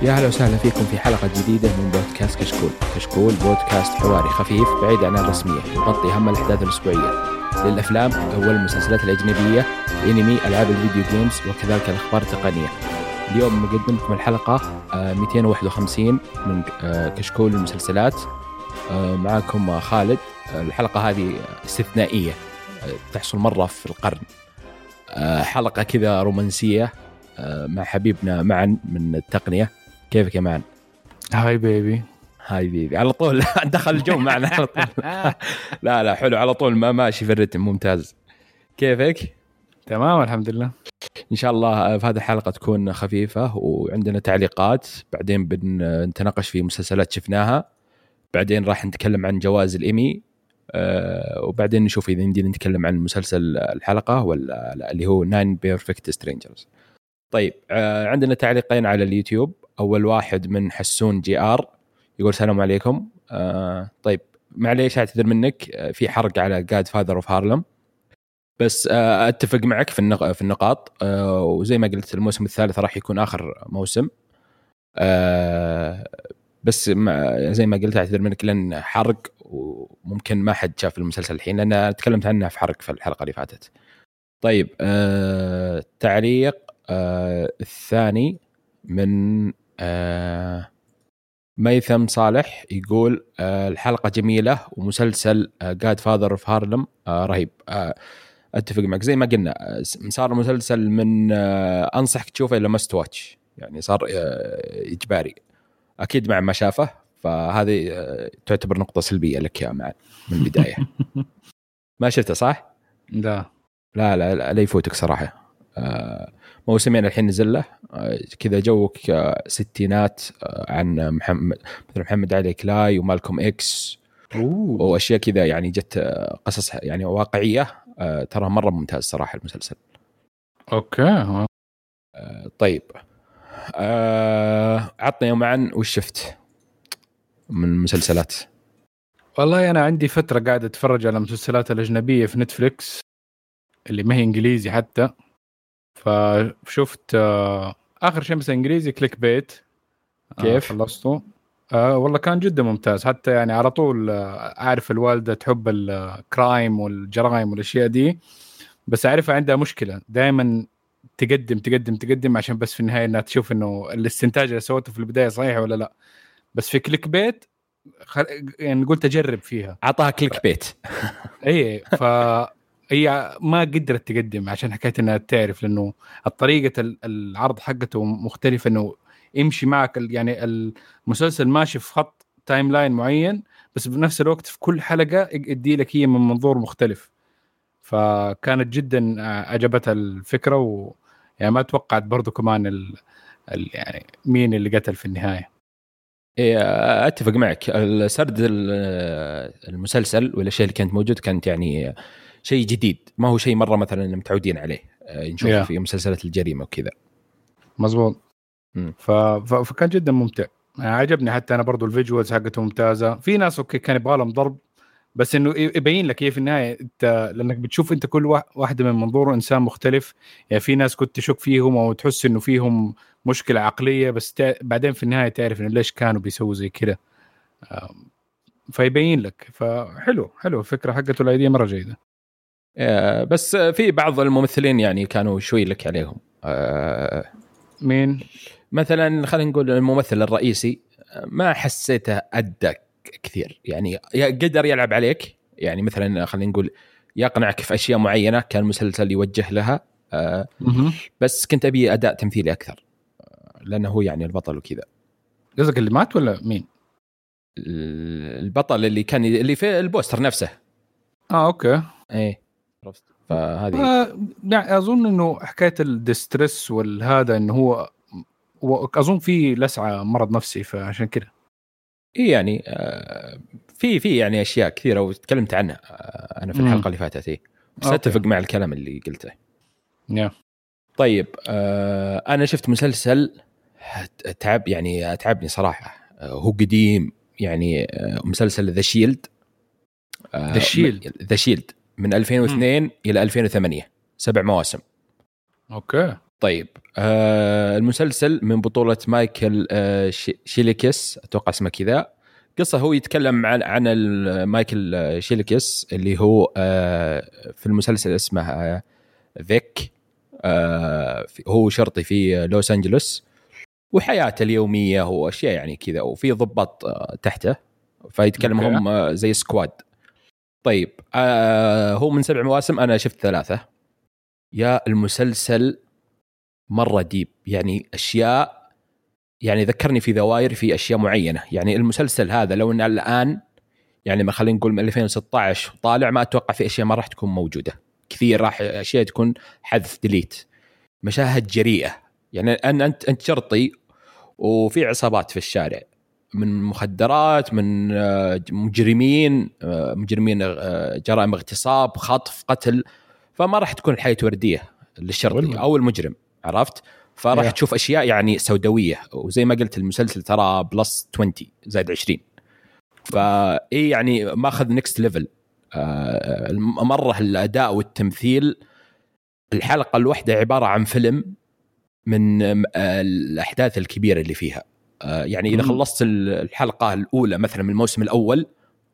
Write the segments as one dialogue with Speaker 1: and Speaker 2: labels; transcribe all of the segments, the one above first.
Speaker 1: يا أهلا وسهلا فيكم في حلقة جديدة من بودكاست كشكول. كشكول بودكاست حواري خفيف بعيد عن الرسمية، يغطي أهم الأحداث الأسبوعية للأفلام والمسلسلات الأجنبية، الأنمي، ألعاب الفيديو جيمز، وكذلك الأخبار التقنية. اليوم مقدم لكم الحلقة 251 من كشكول المسلسلات. معكم خالد. الحلقة هذه استثنائية، تحصل مرة في القرن. حلقة كذا رومانسية مع حبيبنا معن من التقنية. كيفك يا معن؟
Speaker 2: هاي بيبي.
Speaker 1: هاي بيبي على طول دخل الجو معنا على طول. لا حلو على طول، ما ماشي في الرتم، ممتاز. كيفك؟
Speaker 2: تمام الحمد لله.
Speaker 1: إن شاء الله في هذه الحلقة تكون خفيفة وعندنا تعليقات، بعدين بنتناقش في مسلسلات شفناها، بعدين راح نتكلم عن جوائز الإيمي، وبعدين نشوف إذا ندي نتكلم عن مسلسل الحلقة ولا لا، اللي هو 9 Perfect Strangers. طيب عندنا تعليقين على اليوتيوب. أول واحد من حسون جي آر يقول السلام عليكم. طيب معليش أعتذر منك، في حرق على Godfather of Harlem، بس أتفق معك في النقاط. وزي ما قلت الموسم الثالث راح يكون آخر موسم، بس زي ما قلت أعتذر منك لأن حرق وممكن ما حد شاف المسلسل الحين، لأن تكلمت عنه في حرق في الحلقة اللي فاتت. طيب تعليق الثاني من ميثم صالح يقول الحلقة جميلة ومسلسل Godfather of Harlem رهيب. أتفق معك، زي ما قلنا صار مسلسل من أنصحك تشوفه إلا must watch، يعني صار إجباري أكيد مع ما شافه، فهذه تعتبر نقطة سلبية لك يا معن من البداية. ما شفته صح؟ لا يفوتك صراحة. موسمين الحين نزل له، كذا جوك ستينات، عن محمد علي كلاي ومالكوم إكس وأشياء كذا، يعني جت قصص يعني واقعية. ترى مرة ممتاز صراحة المسلسل.
Speaker 2: أوكي.
Speaker 1: طيب عطني يوم عن وش شفت من مسلسلات.
Speaker 2: والله أنا عندي فترة قاعد أتفرج على مسلسلات الأجنبية في نتفليكس اللي ما هي إنجليزي حتى، فشفت آخر شيء مثلا إنجليزي كليك بيت.
Speaker 1: كيف
Speaker 2: خلصته؟ والله كان جدا ممتاز، حتى يعني على طول أعرف الوالدة تحب الكرايم والجرائم والأشياء دي، بس أعرفها عندها مشكلة دائما تقدم عشان بس في النهاية إنها تشوف إنه الاستنتاج اللي سوته في البداية صحيح ولا لا. بس في كليك بيت يعني قلت أجرب فيها،
Speaker 1: عطاها كليك بيت.
Speaker 2: إيه، هي ما قدرت تقدم عشان حكاية إنها تعرف، لأنه الطريقة العرض حقته مختلفة، إنه يمشي معك يعني المسلسل ماشي في خط تايم لاين معين، بس بنفس الوقت في كل حلقة يدي لك هي من منظور مختلف. فكانت جدا عجبتها الفكرة، يعني ما توقعت برضو كمان يعني مين اللي قتل في النهاية.
Speaker 1: إيه أتفق معك، السرد المسلسل والأشياء اللي كانت موجود كانت يعني شيء جديد، ما هو شيء مرة مثلا متعودين عليه نشوفه في مسلسلات الجريمة وكذا.
Speaker 2: مظبوط. فكان جدا ممتع، عجبني. حتى أنا برضو الفيجوالز حقته ممتازة. في ناس أوكي كان يبغى لهم ضرب، بس إنه يبين لك في النهاية أنت، لأنك بتشوف أنت كل واحدة من منظور إنسان مختلف. يعني في ناس كنت تشك فيهم أو تحس إنه فيهم مشكلة عقلية، بس بعدين في النهاية تعرف إنه ليش كانوا بيسووا زي كده. فيبين لك. فحلو الفكرة حقته، الأيديا مرة جيدة.
Speaker 1: بس في بعض الممثلين يعني كانوا شوي لك عليهم.
Speaker 2: مين
Speaker 1: مثلا خلينا نقول الممثل الرئيسي ما حسيته أدى كثير، يعني قدر يلعب عليك، يعني مثلا خلينا نقول يقنعك في أشياء معينة كان المسلسل يوجه لها، بس كنت أبي أداء تمثيلي أكثر، لأنه هو يعني البطل وكذا.
Speaker 2: قصدك اللي مات ولا مين؟
Speaker 1: البطل اللي كان اللي في البوستر نفسه.
Speaker 2: أوكي.
Speaker 1: إيه عرفت. فهذه
Speaker 2: يعني أظن إنه حكاية الدسترس والهذا، إنه هو أظن فيه لسعة مرض نفسي، فعشان كده
Speaker 1: إيه يعني في يعني أشياء كثيرة وتكلمت عنها أنا في الحلقة اللي فاتت. إيه بس أتفق مع الكلام اللي قلته. طيب أنا شفت مسلسل تعبني صراحة. هو قديم يعني، مسلسل ذا شيلد. ذا شيلد من 2002 إلى 2008، 7 مواسم.
Speaker 2: أوكي.
Speaker 1: طيب المسلسل من بطولة مايكل شيليكس، أتوقع اسمه كذا. قصة هو يتكلم عن مايكل شيليكس اللي هو في المسلسل اسمه فيك. هو شرطي في لوس أنجلوس، وحياته اليومية وأشياء يعني كذا، وفي ضباط تحته، فيتكلم هم زي سكواد. طيب هو من 7 مواسم، أنا شفت 3. يا المسلسل مرة ديب، يعني أشياء يعني ذكرني في ذواير في أشياء معينة. يعني المسلسل هذا لو أن الآن يعني ما خلينا نقول من 2016 طالع، ما أتوقع في أشياء ما راح تكون موجودة كثير، راح أشياء تكون حذف ديليت. مشاهد جريئة، يعني أنت شرطي وفي عصابات في الشارع من مخدرات، من مجرمين جرائم اغتصاب، خطف، قتل. فما راح تكون الحياة وردية للشرطي أو المجرم، عرفت؟ فراح تشوف أشياء يعني سوداوية، وزي ما قلت المسلسل ترى بلس 20 زائد 20. فإيه يعني ما أخذ نكست ليفل مرة. الأداء والتمثيل، الحلقة الواحدة عبارة عن فيلم من الأحداث الكبيرة اللي فيها. يعني إذا خلصت الحلقة الأولى مثلا من الموسم الأول،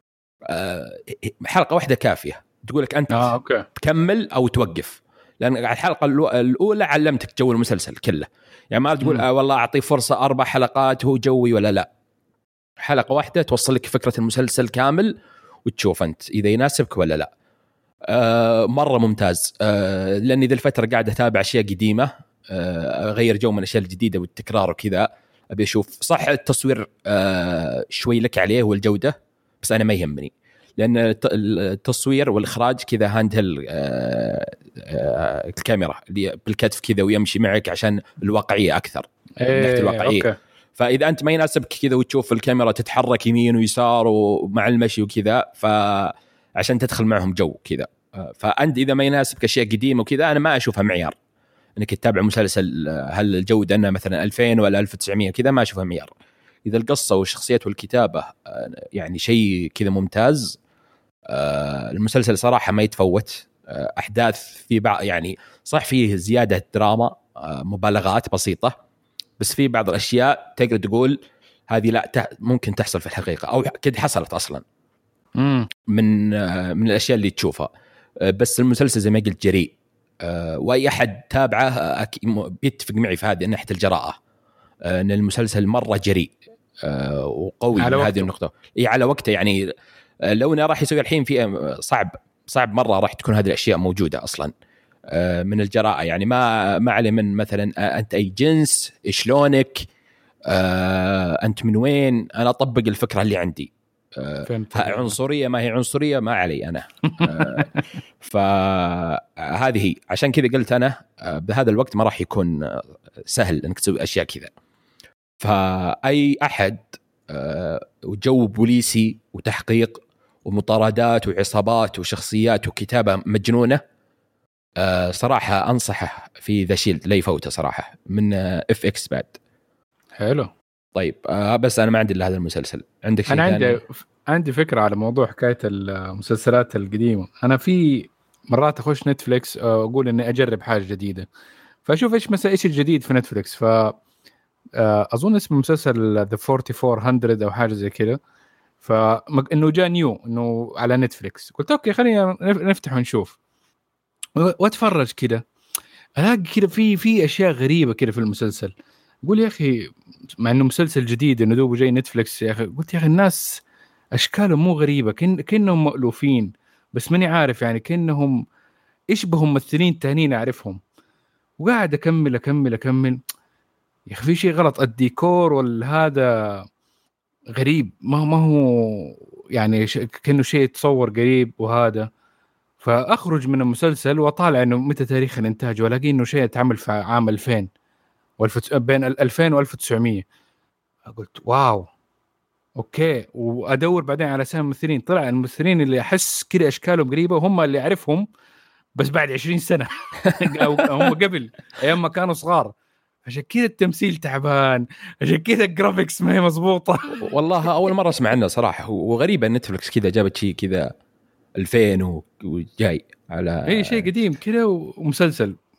Speaker 1: حلقة واحدة كافية تقولك أنت تكمل أو توقف، لأن الحلقة الأولى علمتك جو المسلسل كله. يعني ما تقول والله أعطي فرصة 4 حلقات هو جوي ولا لا. حلقة واحدة توصل لك فكرة المسلسل كامل، وتشوف أنت إذا يناسبك ولا لا. مرة ممتاز. لأني ذي الفترة قاعد أتابع أشياء قديمة، أغير جو من الأشياء الجديدة والتكرار وكذا. أبي أشوف صح التصوير شوي لك عليه والجودة، بس أنا ما يهمني، لأن التصوير والإخراج كذا هاندل الكاميرا اللي بالكتف كذا ويمشي معك عشان الواقعية أكثر. ناحية الواقعية. أوكي. فإذا أنت ما يناسبك كذا وتشوف الكاميرا تتحرك يمين ويسار ومع المشي وكذا، فعشان تدخل معهم جو كذا. فأنت إذا ما يناسبك أشياء قديمة وكذا، أنا ما أشوفها معيار انك تتابع مسلسل هل الجودة انه مثلا 2000 ولا 1900 كذا، ما اشوفها معيار. اذا القصة والشخصيات والكتابة يعني شيء كذا ممتاز، المسلسل صراحة ما يتفوت. احداث في بعض يعني صح فيه زيادة دراما، مبالغات بسيطة، بس في بعض الاشياء تقدر تقول هذه لا ممكن تحصل في الحقيقة، او كده حصلت اصلا من الاشياء اللي تشوفها. بس المسلسل زي ما قلت جريء، واي احد تابعه بيتفق معي في هذه ناحيه الجراءه، ان المسلسل مره جريء وقوي من هذه النقطه. اي على وقته، يعني لو انا راح يسوي الحين في صعب مره راح تكون هذه الاشياء موجوده اصلا من الجراءه. يعني ما عليه من مثلا انت اي جنس، شلونك، انت من وين، انا اطبق الفكره اللي عندي. عنصريه ما هي عنصريه ما علي انا. فهذه هي عشان كذا قلت انا بهذا الوقت ما راح يكون سهل انك تسوي اشياء كذا. فاي احد وجو بوليسي وتحقيق ومطاردات وعصابات وشخصيات وكتابه مجنونه، صراحه انصحه في ذا شيلد لا يفوته صراحه من اف اكس بعد.
Speaker 2: حلو.
Speaker 1: طيب بس انا ما عندي الا هذا المسلسل. عندك شيء
Speaker 2: ثاني؟
Speaker 1: انا
Speaker 2: عندي فكره على موضوع حكايه المسلسلات القديمه. انا في مرات اخش نتفليكس اقول اني اجرب حاجه جديده، فاشوف ايش الجديد في نتفليكس. ف اظن اسم المسلسل ذا 4400 او حاجه زي كذا، فانه جاء نيو انه على نتفليكس. قلت اوكي خلينا نفتح ونشوف واتفرج كذا. الاقي كذا في اشياء غريبه كذا في المسلسل. اقول يا اخي مع انه مسلسل جديد انه دوبه جاي نتفليكس، يا اخي قلت يا اخي الناس اشكالهم مو غريبه، كأنهم مألوفين، بس ماني عارف يعني كأنهم يشبهوا ممثلين تانيين اعرفهم. وقاعد اكمل يا اخي في شيء غلط. الديكور والهذا غريب، ما هو يعني كأنه شيء يتصور قريب وهذا. فاخرج من المسلسل واطالع انه متى تاريخ الانتاج، والاقي انه شيء اتعمل في عام 2000 بين 2000 و 1900. قلت واو اوكي. وادور بعدين على اسامي الممثلين، طلع الممثلين اللي احس كذا اشكالهم قريبه هم اللي اعرفهم بس بعد 20 سنه او هم قبل ايام ما كانوا صغار. عشان كذا التمثيل تعبان، عشان كذا الجرافيكس ما هي مضبوطه.
Speaker 1: والله اول مره اسمع عنه صراحه، وغريبه نتفلكس كذا جابت شيء كذا 2000 وجاي على
Speaker 2: اي شيء قديم كذا ومسلسل.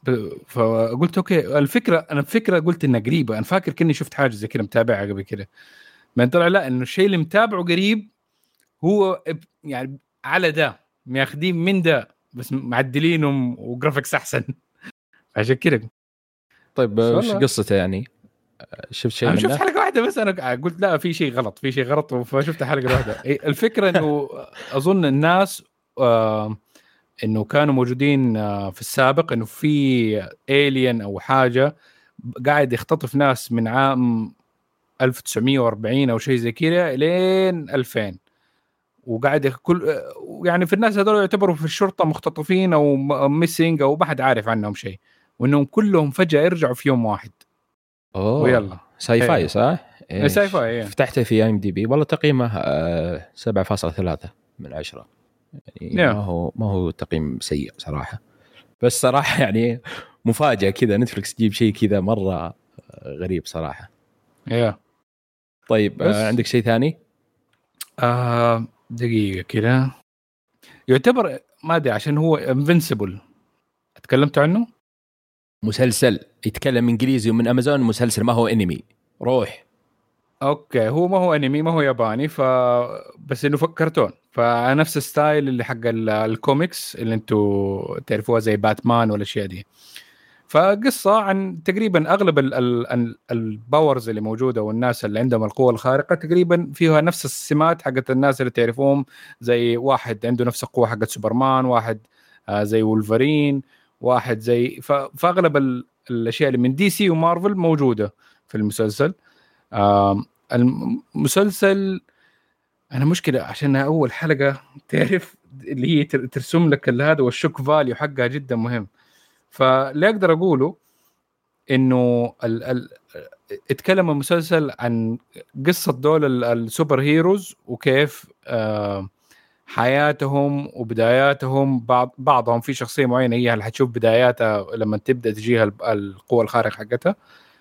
Speaker 2: فقلت اوكي الفكره قلت انها قريبه. انا فاكر كني شفت حاجه زي كذا متابعها قبل كده، ما طلع لا انه الشيء اللي متابعه قريب هو يعني على ده ماخذين من ده بس معدلينهم وجرافيكس احسن عشان كده.
Speaker 1: طيب وش قصته يعني؟ شفت شيء منه؟
Speaker 2: شفت حلقه واحده بس، انا قلت لا في شيء غلط فشفت حلقه واحده. الفكره انه اظن الناس انه كانوا موجودين في السابق انه في الين او حاجه قاعد يختطف ناس من عام 1940 او شيء زي كذا لين 2000، وقاعد كل يعني في الناس هذول يعتبروا في الشرطه مختطفين او ميسينج او ما حد عارف عنهم شيء، وانهم كلهم فجاه يرجعوا في يوم واحد. ويلا
Speaker 1: ساي فاي صح؟
Speaker 2: ساي فاي.
Speaker 1: فتحته في IMDb والله تقييمه 7.3 من 10 يعني ما هو تقييم سيء صراحه، بس صراحه يعني مفاجاه كذا نتفلكس تجيب شيء كذا مره غريب صراحه. طيب عندك شيء ثاني؟
Speaker 2: دقيقه كذا يعتبر ما ادري عشان هو انفنسبل اتكلمت عنه،
Speaker 1: مسلسل يتكلم انجليزي ومن امازون، مسلسل ما هو انمي. روح
Speaker 2: اوكي هو ما هو انمي ما هو ياباني بس انه كرتون، فنفس الستايل اللي حق الكوميكس اللي انتوا تعرفوها زي باتمان والاشياء دي. فقصة عن تقريبا اغلب الباورز اللي موجودة والناس اللي عندهم القوة الخارقة تقريبا فيها نفس السمات حقت الناس اللي تعرفوهم، زي واحد عنده نفس القوة حقت سوبرمان، واحد زي وولفرين، واحد زي فاغلب الاشياء اللي من دي سي ومارفل موجودة في المسلسل. المسلسل أنا مشكلة عشان أول حلقة تعرف اللي هي ترسم لك هذا والشوك فاليو حقها جدا مهم. فاللي أقدر أقوله إنه اتكلم المسلسل عن قصة دول السوبر هيروز وكيف حياتهم وبداياتهم. بعضهم في شخصية معينة هي اللي حتشوف بداياتها لما تبدأ تجيها القوة الخارقة حقتها.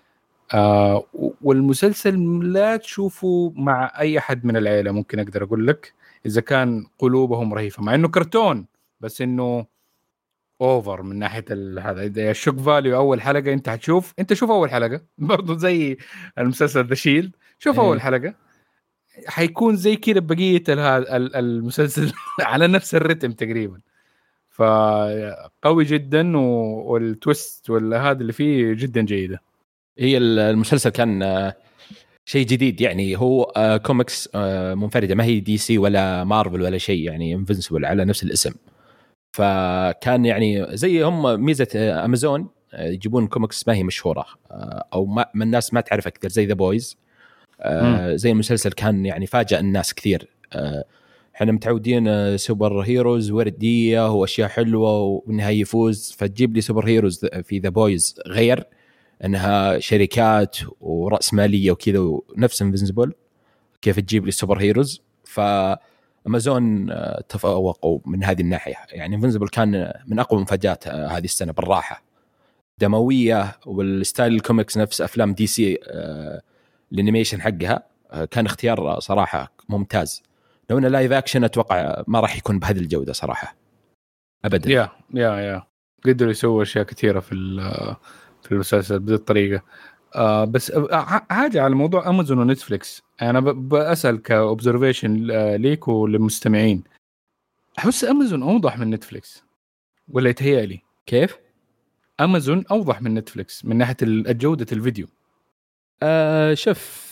Speaker 2: والمسلسل لا تشوفه مع أي أحد من العائلة، ممكن أقدر أقول لك إذا كان قلوبهم رهيفة، مع إنه كرتون بس إنه أوفر من ناحية هذا. إذا الشوك فاليو أول حلقة أنت شوف أول حلقة برضو زي المسلسل ذا شيلد، شوف أول حلقة حيكون زي كده بقية المسلسل على نفس الرتم تقريبا. فقوي جدا والتويست والهذا اللي فيه جدا جيدة.
Speaker 1: هي المسلسل كان شيء جديد يعني، هو كوميكس منفردة، ما هي دي سي ولا مارفل ولا شيء، يعني انفنسبل على نفس الاسم. فكان يعني زي هم ميزة أمازون يجيبون كوميكس ما هي مشهورة أو ما الناس ما تعرفها كثير زي ذا بويز. زي المسلسل كان يعني فاجأ الناس كثير. احنا متعودين سوبر هيروز وردية وأشياء حلوة والنهاية يفوز، فتجيب لي سوبر هيروز في ذا بويز غير انها شركات ورأس مالية وكذا ونفس انفنسبل كيف تجيب لي السوبر هيروز. فأمازون تفوقوا من هذه الناحية، يعني انفنسبل كان من أقوى مفاجآت هذه السنة بالراحة، دموية والستايل الكوميكس نفس أفلام دي سي. الانيميشن حقها كان اختيار صراحة ممتاز. لو انه لايف اكشن اتوقع ما راح يكون بهذه الجودة صراحة ابدا.
Speaker 2: يا قدروا يسووا اشياء كثيرة في المسلسل بهذه الطريقة. بس حاجة على موضوع أمازون ونتفليكس، أنا بأسأل كأوبزرفيشن ليك وللمستمعين، أحس أمازون أوضح من نتفليكس ولا يتهيألي؟
Speaker 1: كيف؟
Speaker 2: أمازون أوضح من نتفليكس من ناحية جودة الفيديو.
Speaker 1: شوف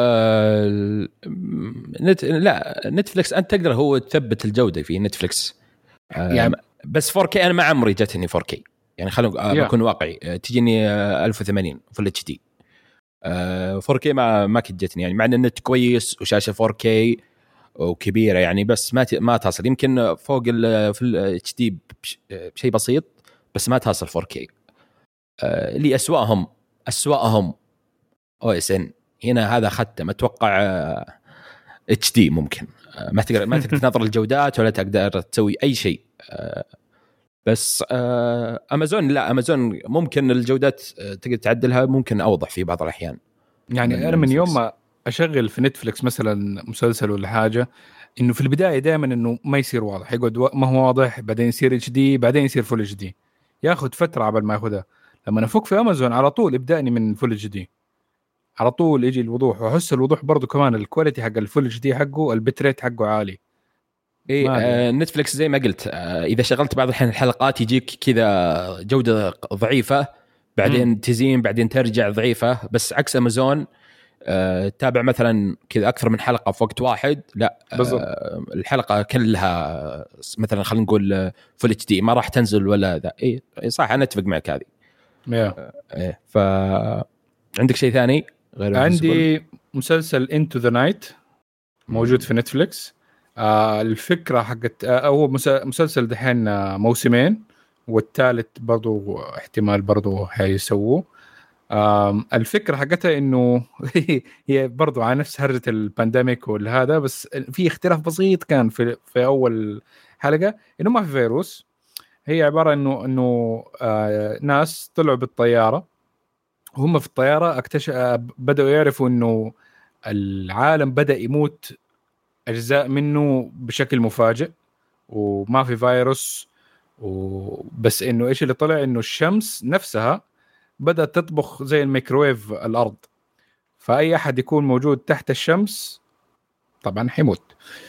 Speaker 1: لا نتفليكس أنت تقدر هو تثبت الجودة في نتفليكس يعني بس 4K أنا ما عمري جتني 4K يعني خلونا أكون واقعي، تجيني 1080 فل اتش دي. 4K ما كنت جتني يعني، مع ان النت كويس وشاشه 4K وكبيره يعني، بس ما تصل يمكن فوق في الاتش دي بشيء بسيط، بس ما تصل 4K. اللي اسواهم OSN هنا هذا ختم اتوقع اتش دي ممكن ما تقدر تنظر الجودات ولا تقدر تسوي اي شيء. بس امازون لا، امازون ممكن الجودات تقدر تعدلها، ممكن اوضح في بعض الاحيان.
Speaker 2: يعني انا من يوم ما اشغل في نتفليكس مثلا مسلسل ولا حاجه، انه في البدايه دائما انه ما يصير واضح، يقعد ما هو واضح، بعدين يصير اتش دي، بعدين يصير فول اتش دي. ياخذ فتره قبل ما ياخذها. لما افك في امازون على طول ابدأني من فول اتش دي، على طول يجي الوضوح، واحس الوضوح برضو كمان الكواليتي حق الفول اتش دي حقه البت ريت حقه عالي.
Speaker 1: ايه نتفلكس زي ما قلت اذا شغلت بعض الحين الحلقات يجيك كذا جوده ضعيفه، بعدين تزين، بعدين ترجع ضعيفه. بس عكس امازون تابع مثلا كذا اكثر من حلقه في وقت واحد، لا الحلقه كلها مثلا خلينا نقول فول اتش دي ما راح تنزل ولا ذا. اي صح، انا اتفق معك هذه. ايه ف عندك شيء ثاني غير
Speaker 2: عندي مسلسل انتو ذا نايت موجود في نتفليكس. الفكره حقت هو مسلسل دحين موسمين، والثالث برضو احتمال برضو حيسووه. الفكره حقتها انه هي برضو على نفس هرجه البانديميك والهذا، بس في اختلاف بسيط كان في اول حلقه، انه ما في فيروس. هي عباره انه ناس طلعوا بالطياره، هم في الطياره بدأوا يعرفوا انه العالم بدأ يموت اجزاء منه بشكل مفاجئ، وما في فيروس. وبس انه ايش اللي طلع، انه الشمس نفسها بدأت تطبخ زي الميكروويف الارض، فاي احد يكون موجود تحت الشمس طبعا حيموت.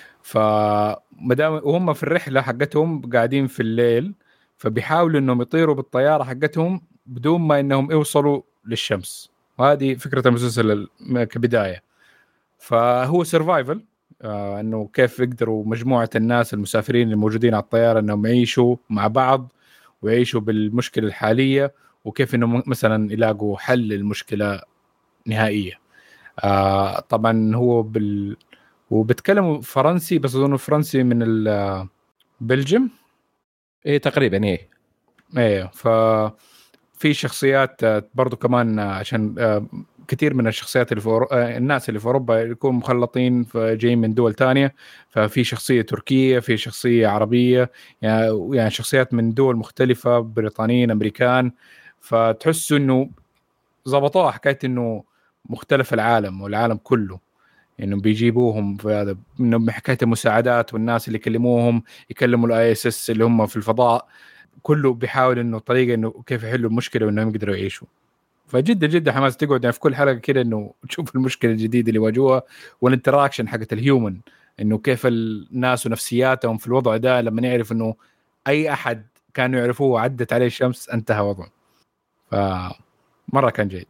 Speaker 2: فمدام وهم في الرحله حقتهم قاعدين في الليل، فبيحاولوا انهم يطيروا بالطياره حقتهم بدون ما انهم يوصلوا للشمس. وهذه فكره المسلسل كبدايه. فهو سرفايفل، انه كيف يقدروا مجموعه الناس المسافرين الموجودين على الطياره انهم يعيشوا مع بعض ويعيشوا بالمشكله الحاليه، وكيف انهم مثلا يلاقوا حل للمشكله نهائيه. طبعا هو وبتكلموا فرنسي، بس اظن فرنسي من بلجيم.
Speaker 1: ايه تقريبا
Speaker 2: ايه ففي شخصيات برضو كمان، عشان كثير من الشخصيات اللي في الناس اللي في اوروبا يكونوا مخلطين جايين من دول تانية. ففي شخصيه تركيه، في شخصيه عربيه، يعني شخصيات من دول مختلفه، بريطانيين، امريكان. فتحسوا انه ضبطوها حكايه انه مختلف العالم والعالم كله، انه بيجيبوهم في هذا، انه حكايه المساعدات والناس اللي يكلموهم يكلموا الاي اس اس اللي هم في الفضاء، كله بيحاول انه طريقه انه كيف يحلوا المشكله وانهم يقدروا يعيشوا. فجدا جدا حماس تقعد يعني في كل حلقه كده انه تشوف المشكله الجديده اللي واجهوها، والانتراكشن حقت الهيومن، انه كيف الناس ونفسياتهم في الوضع ده لما يعرف انه اي احد كانوا يعرفوه عدت عليه الشمس انتهى وضعه. فمره كان جيد.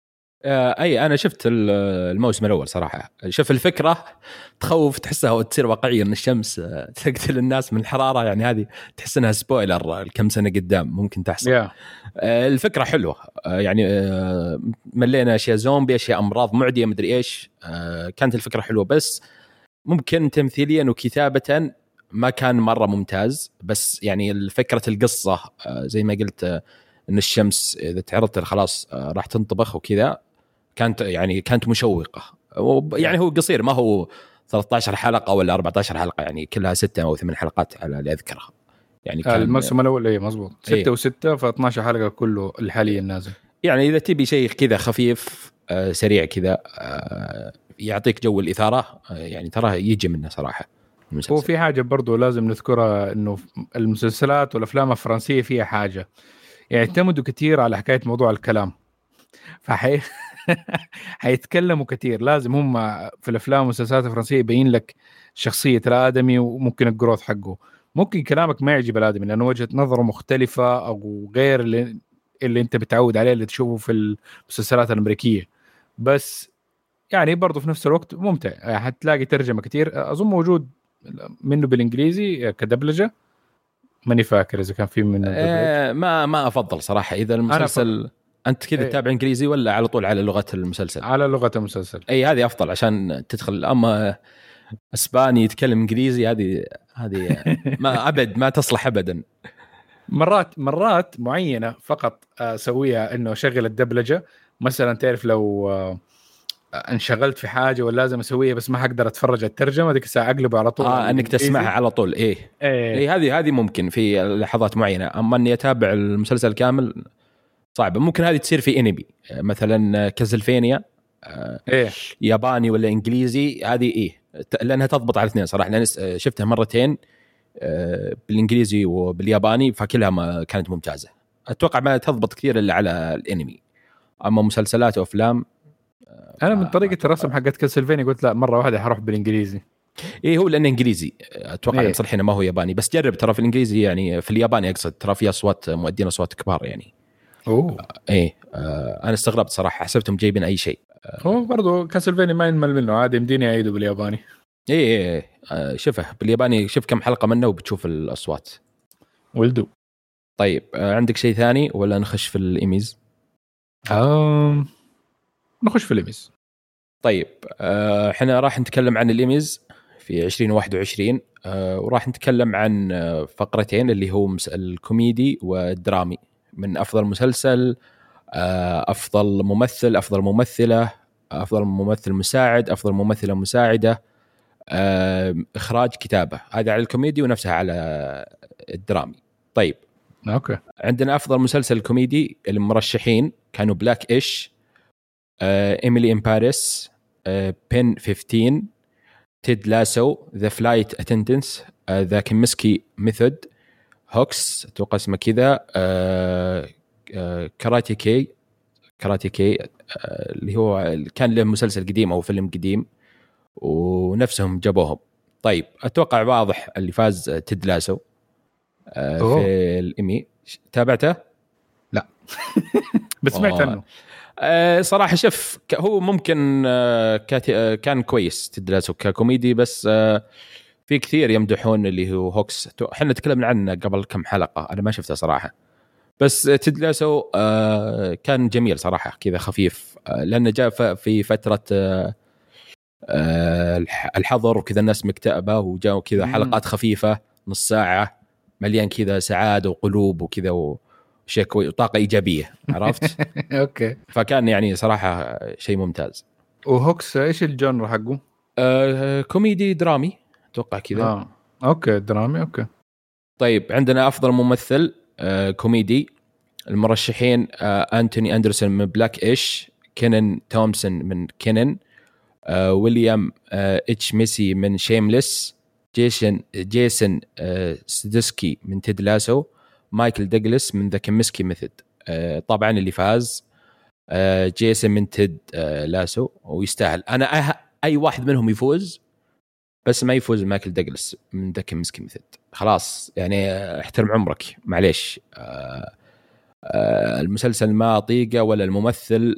Speaker 1: اي انا شفت الموسم الاول صراحه. شوف الفكره تخوف، تحسها وتصير واقعيه ان الشمس تقتل الناس من الحراره، يعني هذه تحس انها سبويلر كم سنه قدام ممكن تحصل. الفكره حلوه، يعني ملينا اشياء زومبي، اشياء امراض معديه مدري ايش. كانت الفكره حلوه، بس ممكن تمثيليا وكتابه ما كان مره ممتاز. بس يعني فكره القصه زي ما قلت ان الشمس اذا تعرضت خلاص راح تنطبخ وكذا، كانت مشوقه. يعني هو قصير، ما هو 13 حلقه ولا 14 حلقه، يعني كلها 6 أو 8 حلقات على اللي اذكرها. يعني كان
Speaker 2: الموسم الاول ايه مزبوط 6 و6 ف 12 حلقه كله الحالي النازل.
Speaker 1: يعني اذا تبي شيء كذا خفيف سريع كذا يعطيك جو الاثاره، يعني ترى يجي منه صراحه المسلسل.
Speaker 2: هو في حاجه برضو لازم نذكرها، انه المسلسلات والافلام الفرنسيه فيها حاجه يعتمدوا كثير على حكايه موضوع الكلام. حيتكلموا كثير، لازم هم في الافلام والمسلسلات الفرنسيه يبين لك شخصيه الادمي وممكن الجروث حقه. ممكن كلامك ما يعجب الادمي لانه وجهه نظره مختلفه او غير اللي انت بتعود عليه اللي تشوفه في المسلسلات الامريكيه، بس يعني برضه في نفس الوقت ممتع. يعني حتلاقي ترجمه كثير، اظن موجود منه بالانجليزي كدبلجه، ماني فاكر اذا كان في منه
Speaker 1: ما افضل صراحه اذا المسلسل انت كذا تتابع انجليزي ولا على طول على لغه المسلسل.
Speaker 2: على لغه المسلسل،
Speaker 1: اي هذه افضل عشان تدخل. اما اسباني يتكلم انجليزي هذه ما ابد ما تصلح ابدا.
Speaker 2: مرات معينه فقط اسويها، انه اشغل الدبلجه مثلا. تعرف لو انشغلت في حاجه ولا لازم اسويها بس ما حقدر اتفرج الترجمه، ذيك الساعه اقلبه على طول
Speaker 1: انك تسمعها على طول. ايه هذه ممكن في لحظات معينه، اما اني اتابع المسلسل كامل صعبه. ممكن هذه تصير في انمي مثلا كازلفينيا، ياباني ولا انجليزي، هذه لانها تضبط على الاثنين صراحه، لان شفتها مرتين بالانجليزي وبالياباني فكلها ما كانت ممتازه. اتوقع ما تضبط كثير الا على الانمي، اما مسلسلات وافلام
Speaker 2: انا من طريقه الرسم حقت كاسلفينيا قلت لا مره واحده حروح بالانجليزي.
Speaker 1: ايه هو لانه انجليزي، اتوقع
Speaker 2: إيه.
Speaker 1: مصلحين ما هو ياباني، بس جرب ترى في الانجليزي يعني في الياباني اقصد ترى في اصوات مؤدين اصوات كبار يعني.
Speaker 2: اوه
Speaker 1: ايه انا استغربت صراحه، حسبتهم جايبين اي شيء.
Speaker 2: هو برضو كاسلفينيا ما ينمل منه عادي، يمديني اعيده بالياباني.
Speaker 1: ايه شوفه بالياباني، شوف كم حلقه منه وبتشوف الاصوات.
Speaker 2: ولدو.
Speaker 1: طيب عندك شيء ثاني ولا نخش في الايميز؟
Speaker 2: نخش في الإيميز.
Speaker 1: طيب احنا راح نتكلم عن الايميز في 2021 وراح نتكلم عن فقرتين اللي هو الكوميدي والدرامي، من افضل مسلسل، افضل ممثل، افضل ممثله، افضل ممثل مساعد، افضل ممثله مساعده، اخراج، كتابه. هذا على الكوميدي ونفسها على الدرامي. طيب
Speaker 2: اوكي.
Speaker 1: عندنا افضل مسلسل كوميدي، المرشحين كانوا بلاك إيش، إيميلي إن باريس، بين 15، تيد لاسو، ذا فلايت اتندنس، ذا كيمسكي ميثود، هوكس اتوقع اسمه كذا، كاراتي كي، اللي هو كان له مسلسل قديم او فيلم قديم ونفسهم جابوهم. طيب اتوقع واضح اللي فاز تيد لاسو في الإيمي. تابعته؟
Speaker 2: لا بس سمعت عنه.
Speaker 1: صراحة شوف هو ممكن كان كويس تدلسه ككوميدي، بس في كثير يمدحون اللي هو هوكس، احنا تكلمنا عنه قبل كم حلقة، أنا ما شفته صراحة، بس تدلسه كان جميل صراحة كذا خفيف، لأنه جاء في فترة الحظر وكذا الناس مكتئبة، وجاءوا كذا حلقات خفيفة نص ساعة مليان كذا سعادة وقلوب وكذا شيء كويس وطاقة إيجابية، عرفت؟
Speaker 2: اوكي.
Speaker 1: فكان يعني صراحة شيء ممتاز.
Speaker 2: وهوكس ايش الجونر حقه؟
Speaker 1: كوميدي درامي اتوقع كذا.
Speaker 2: اوكي درامي. اوكي.
Speaker 1: طيب عندنا افضل ممثل كوميدي، المرشحين أنتوني أندرسون من بلاك إيش، كينن تومسون من كينن، ويليام اتش ميسي من شيمليس، جيسون سدسكي من تيد لاسو، مايكل دوغلاس من ذا كيمسكي ميثود. طبعا اللي فاز جيسون من تيد لاسو، ويستاهل. انا اي واحد منهم يفوز، بس ما يفوز مايكل دوغلاس من ذا كيمسكي ميثود. خلاص يعني احترم عمرك معليش. المسلسل ما طيقه ولا الممثل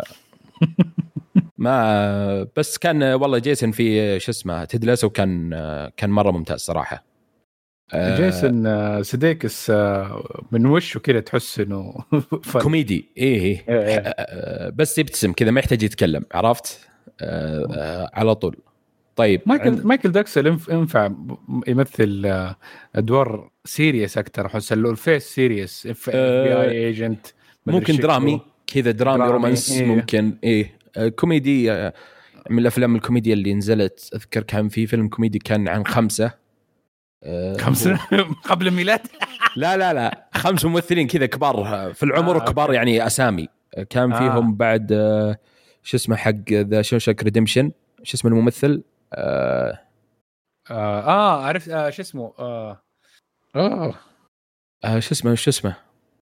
Speaker 1: ما، بس كان والله جيسون في شو اسمه تيد لاسو كان مره ممتاز صراحه.
Speaker 2: جيسون سديكس من وشه كده تحس انه
Speaker 1: كوميدي ايه بس يبتسم كذا ما يحتاج يتكلم، عرفت؟ على طول. طيب
Speaker 2: مايكل داكسل ينفع يمثل ادوار سيريس اكثر، احس له الفيس سيريس اف بي اي ايجنت،
Speaker 1: ممكن درامي كذا، درامي رومانس ممكن كوميدي من الافلام الكوميديا اللي نزلت. اذكر كان في فيلم كوميدي كان عن 5
Speaker 2: قبل الميلاد.
Speaker 1: لا 5 ممثلين كذا كبار في العمر كبار يعني اسامي، كان فيهم بعد شو اسمه حق ذا شوشك ريديمشن، شو اسمه الممثل
Speaker 2: عرفت شو اسمه
Speaker 1: شو اسمه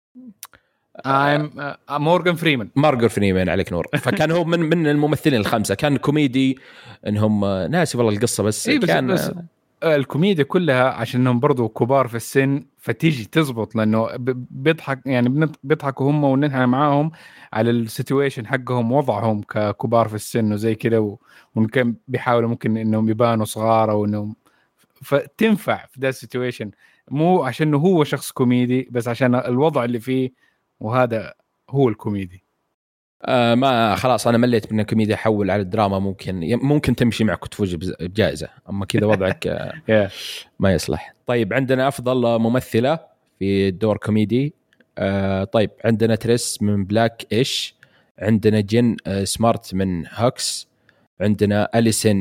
Speaker 2: مورغان فريمان
Speaker 1: عليك نور. فكان هو من الممثلين ال5، كان كوميدي انهم ناسي والله القصه، بس كان
Speaker 2: بس الكوميديا كلها عشان انهم برضو كبار في السن فتيجي تزبط، لانه بيضحك يعني بيضحكوا هم ونحن معاهم على السيتويشن حقهم وضعهم ككبار في السن وزي كده، وممكن بيحاولوا ممكن انهم يبانوا صغار او انهم فتنفع في ذا السيتويشن، مو عشان هو شخص كوميدي بس عشان الوضع اللي فيه، وهذا هو الكوميدي.
Speaker 1: ما خلاص انا مليت من الكوميديا، احول على الدراما، ممكن تمشي معك وتفوز بجائزه، اما كذا وضعك ما يصلح. طيب عندنا افضل ممثله في الدور كوميدي. طيب عندنا تريس من بلاك إيش، عندنا جين سمارت من هوكس، عندنا أليسن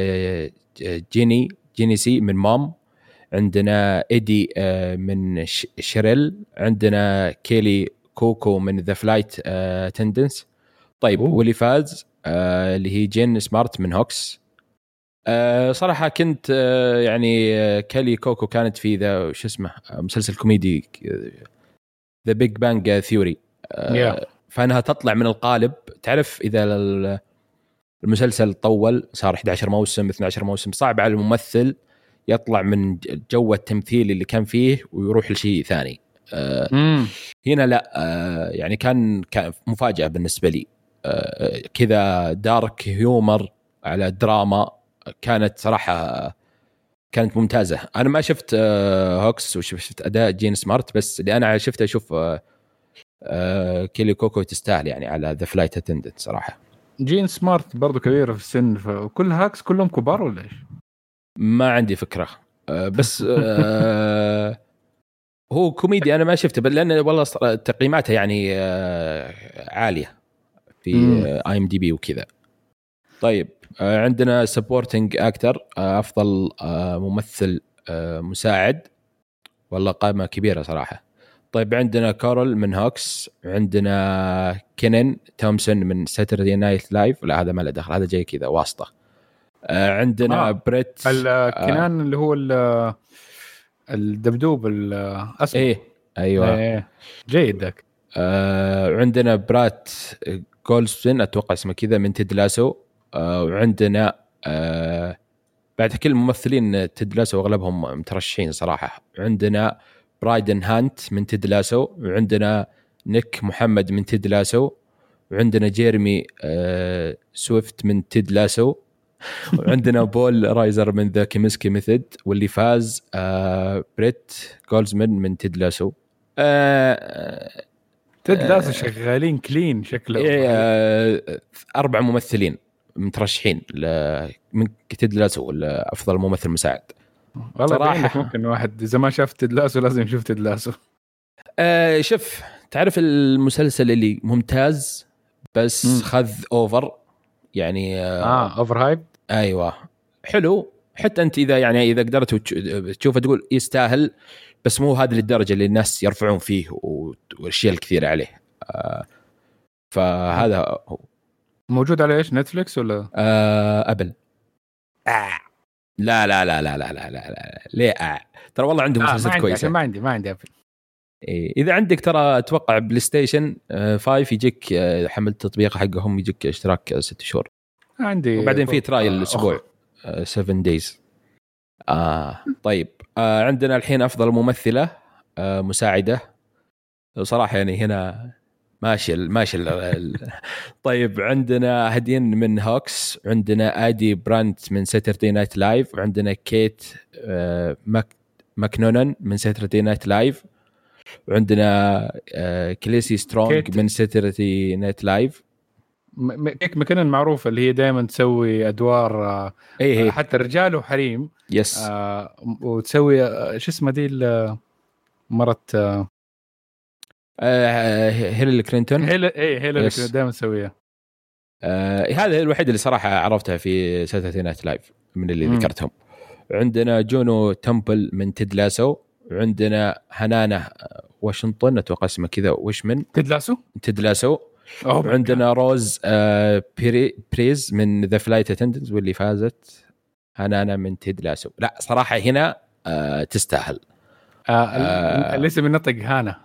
Speaker 1: جينيسي من مام، عندنا إيدي من شيريل، عندنا كيلي كوكو من ذا فلايت اتندنس. طيب واللي فاز اللي هي جين سمارت من هوكس. صراحة كنت يعني كيلي كوكو كانت في ذا شو اسمه مسلسل كوميدي ذا بيج بانج ثيوري. فانها تطلع من القالب. تعرف اذا المسلسل طول صار 11 موسم 12 موسم، صعب على الممثل يطلع من جو التمثيل اللي كان فيه ويروح لشيء ثاني. هنا لا، يعني كان مفاجأة بالنسبة لي. كذا دارك هيومر على دراما، كانت صراحة كانت ممتازة. أنا ما شفت هوكس وشفت أداء جين سمارت، بس اللي أنا شفته أشوف كيلي كوكو تستاهل يعني على ذا فلايت اتندنت صراحة.
Speaker 2: جين سمارت برضو كبيرة في السن، فكل هاكس كلهم كبار ولا إيش؟
Speaker 1: ما عندي فكرة، بس هو كوميدي أنا ما شفته، بل لأن والله تقييماته يعني عالية في اي ام دي بي وكذا. طيب عندنا سبورتنج اكتر، افضل ممثل مساعد، والله قائمة كبيرة صراحة. طيب عندنا كارول من هوكس، عندنا كينن تومسون من ساتردي نايت لايف، لا هذا ما له دخل، هذا جاي كذا واسطة. عندنا بريت
Speaker 2: كنان اللي هو الدبدوب الأسمر.
Speaker 1: ايه ايوه
Speaker 2: إيه. جيد ذاك.
Speaker 1: عندنا برات جولدسبين اتوقع اسمه كذا من تيد لاسو. وعندنا بعد كل الممثلين تيد لاسو اغلبهم مترشحين صراحة. عندنا برايدن هانت من تيد لاسو، وعندنا نيك محمد من تيد لاسو، وعندنا جيرمي سويفت من تيد لاسو، وعندنا بول رايزر من ذا كيمسكي ميثود، واللي فاز بريت جولزمان من تيد لاسو.
Speaker 2: تيد لاسو شغالين كلين شكله.
Speaker 1: 4 ممثلين مترشحين من تيد لاسو لأفضل ممثل مساعد.
Speaker 2: والله صراحة ممكن واحد إذا ما شاف تيد لاسو لازم يشوف تيد لاسو.
Speaker 1: شوف تعرف المسلسل اللي ممتاز بس خذ أوفر يعني
Speaker 2: أوفر هايب.
Speaker 1: أيوة حلو، حتى أنت إذا قدرت تشوفه تقول يستاهل، بس مو هذه الدرجة اللي الناس يرفعون فيه والأشياء الكثيرة عليه. فهذا هو.
Speaker 2: موجود على إيش، نتفليكس ولا
Speaker 1: أبل؟ لا لا لا لا لا لا لا ليه ترى والله عندهم مسلسلات كويسة.
Speaker 2: ما عندي أبل.
Speaker 1: إذا عندك ترى أتوقع بلاي ستيشن 5 يجيك حمل التطبيق حقهم، يجيك اشتراك 6 شهور
Speaker 2: عندي،
Speaker 1: وبعدين في ترايل الأسبوع 7 days. طيب عندنا الحين أفضل ممثلة مساعدة صراحة، يعني هنا ماشي طيب عندنا هدين من هوكس، عندنا آدي برانت من ساتردي نايت لايف، وعندنا كيت ماكنونن من ساتردي نايت لايف، وعندنا كليسي سترونج من ساتردي نايت لايف.
Speaker 2: كيك ماكنونن معروفة اللي هي دائما تسوي أدوار حتى رجال وحريم.
Speaker 1: يس.
Speaker 2: وتسوي شو اسمه دي مرت
Speaker 1: هيلاري كلينتون.
Speaker 2: هيلاري دائما تسويها.
Speaker 1: هذا الوحيد اللي صراحة عرفتها في ساتردي نايت لايف من اللي ذكرتهم. عندنا جونو تمبل من تيد لاسو، وعندنا هنانة واشنطن اتوقع اسمه كذا، وش من تيد لاسو. وعندنا روز بريز من ذا فلايت اتندنت، واللي فازت هنانة من تيد لاسو. لا صراحة هنا تستاهل.
Speaker 2: ليس من نطق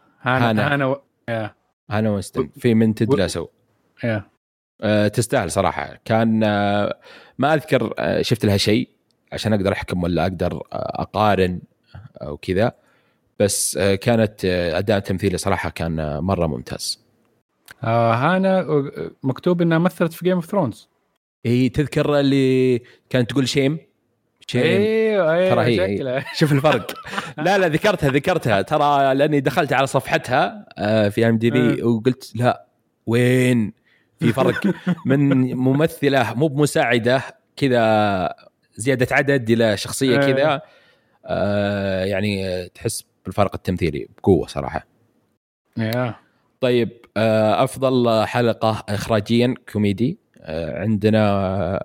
Speaker 1: هانا وستن في من تيد لاسو. تستاهل صراحة. كان ما أذكر شفت لها شيء عشان أقدر أحكم ولا أقدر أقارن أو كذا، بس كانت أداء تمثيلي صراحة كان مرة ممتاز.
Speaker 2: هانا مكتوب إنها مثلت في جيم اوف ثرونز.
Speaker 1: تذكر اللي كانت تقول شيم ترى هي شوف الفرق. لا ذكرتها ترى، لأني دخلت على صفحتها في IMDb وقلت لا وين في فرق من ممثلة مو بمساعدة كذا زيادة عدد إلى شخصية كذا. يعني تحس بالفرق التمثيلي بقوة صراحة. طيب أفضل حلقة إخراجيا كوميدي عندنا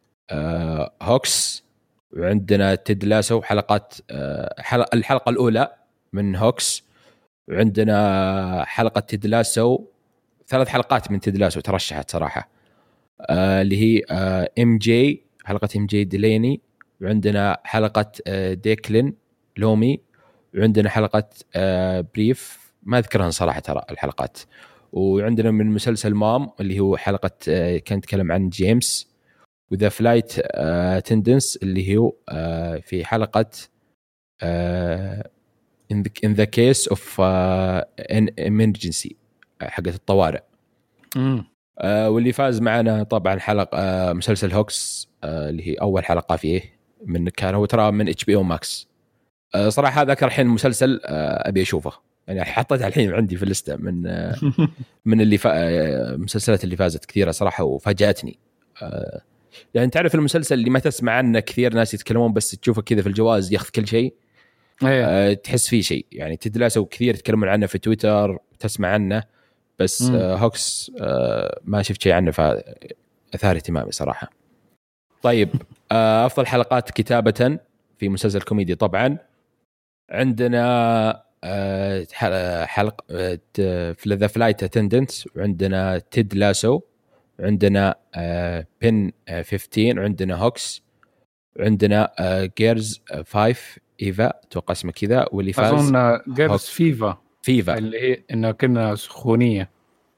Speaker 1: هوكس، وعندنا تيد لاسو حلقات الحلقة الأولى من هوكس، وعندنا حلقة تيد لاسو 3 حلقات من تيد لاسو ترشحت صراحة، اللي هي MJ حلقة MJ ديليني، وعندنا حلقة ديكلين لومي، وعندنا حلقة بريف ما أذكرها صراحة ترى الحلقات. وعندنا من مسلسل مام اللي هو حلقة كان يتكلم عن جيمس، وذا فلايت تندنس اللي هو في حلقة in the case of an emergency حقت الطوارئ. واللي فاز معنا طبعا حلقة مسلسل هوكس اللي هي أول حلقة فيه من كان هو ترى من HBO Max. صراحة هذا الحين مسلسل أبي أشوفه يعني حطيته الحين عندي في الليستة من من اللي مسلسلات اللي فازت كثيرة صراحة وفاجأتني. يعني تعرف المسلسل اللي ما تسمع عنه كثير ناس يتكلمون بس تشوفه كذا في الجواز ياخذ كل شيء. تحس فيه شيء يعني تدلسوا كثير يتكلمون عنه في تويتر تسمع عنه بس هوكس ما شفت شيء عنه فأثار اهتمامي صراحة. طيب أفضل حلقات كتابة في مسلسل كوميدي طبعا عندنا حلقة في ذا فلايت اتندنس، وعندنا تيد لاسو، عندنا بن 15، وعندنا هوكس، وعندنا جيرز 5 إيفا توقع اسمه كذا، واللي فاز
Speaker 2: أظن جيرز فيفا اللي هي إنه كنا سخونية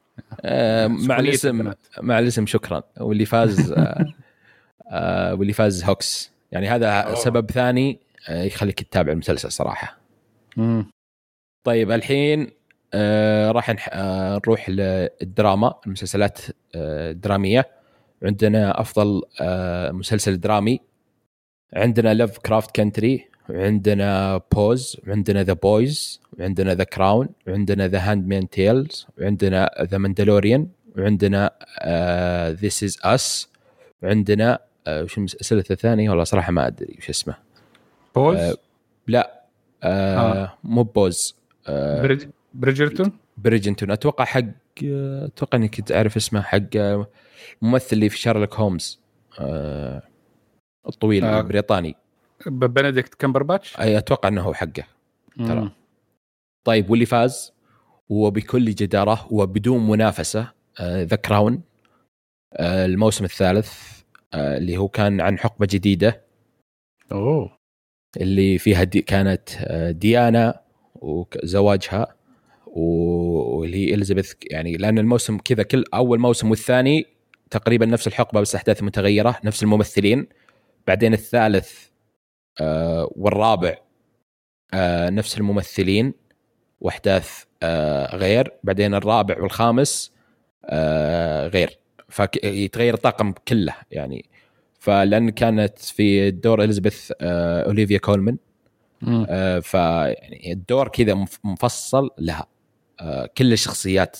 Speaker 1: مع الاسم شكرا. واللي فاز واللي فاز هوكس. يعني هذا سبب ثاني يخليك تتابع المسلسل صراحة. طيب الحين راح نروح للدراما، المسلسلات الدرامية. عندنا أفضل مسلسل درامي عندنا لوف كرافت كانتري، وعندنا بوز، وعندنا ذا بويز، وعندنا ذا كراون، وعندنا ذا هاندمين تيلز، وعندنا ذا ماندالوريان، وعندنا ذيس إز أس، وعندنا وش المسلسل الثاني والله صراحة ما أدري وش اسمه.
Speaker 2: بوز
Speaker 1: لا مو بوز، بريجنتون أتوقع حق أتوقع إنك تعرف اسمه، حق ممثل اللي في شارلوك هومز الطويل البريطاني
Speaker 2: بنديكت كامبرباتش،
Speaker 1: أي أتوقع أنه هو حقه ترى. طيب واللي فاز وبكل جدارة وبدون منافسة ذا كراون الموسم الثالث اللي هو كان عن حقبة جديدة اللي فيها كانت ديانا وزواجها واللي هي إليزابيث. يعني لأن الموسم كذا كل أول موسم والثاني تقريبا نفس الحقبة بس أحداث متغيرة، نفس الممثلين. بعدين الثالث والرابع نفس الممثلين واحداث غير. بعدين الرابع والخامس غير، فيتغير الطاقم كله يعني. فلأن كانت في الدور إليزابيث أوليفيا كولمان، فيعني الدور كذا مفصل لها كل الشخصيات.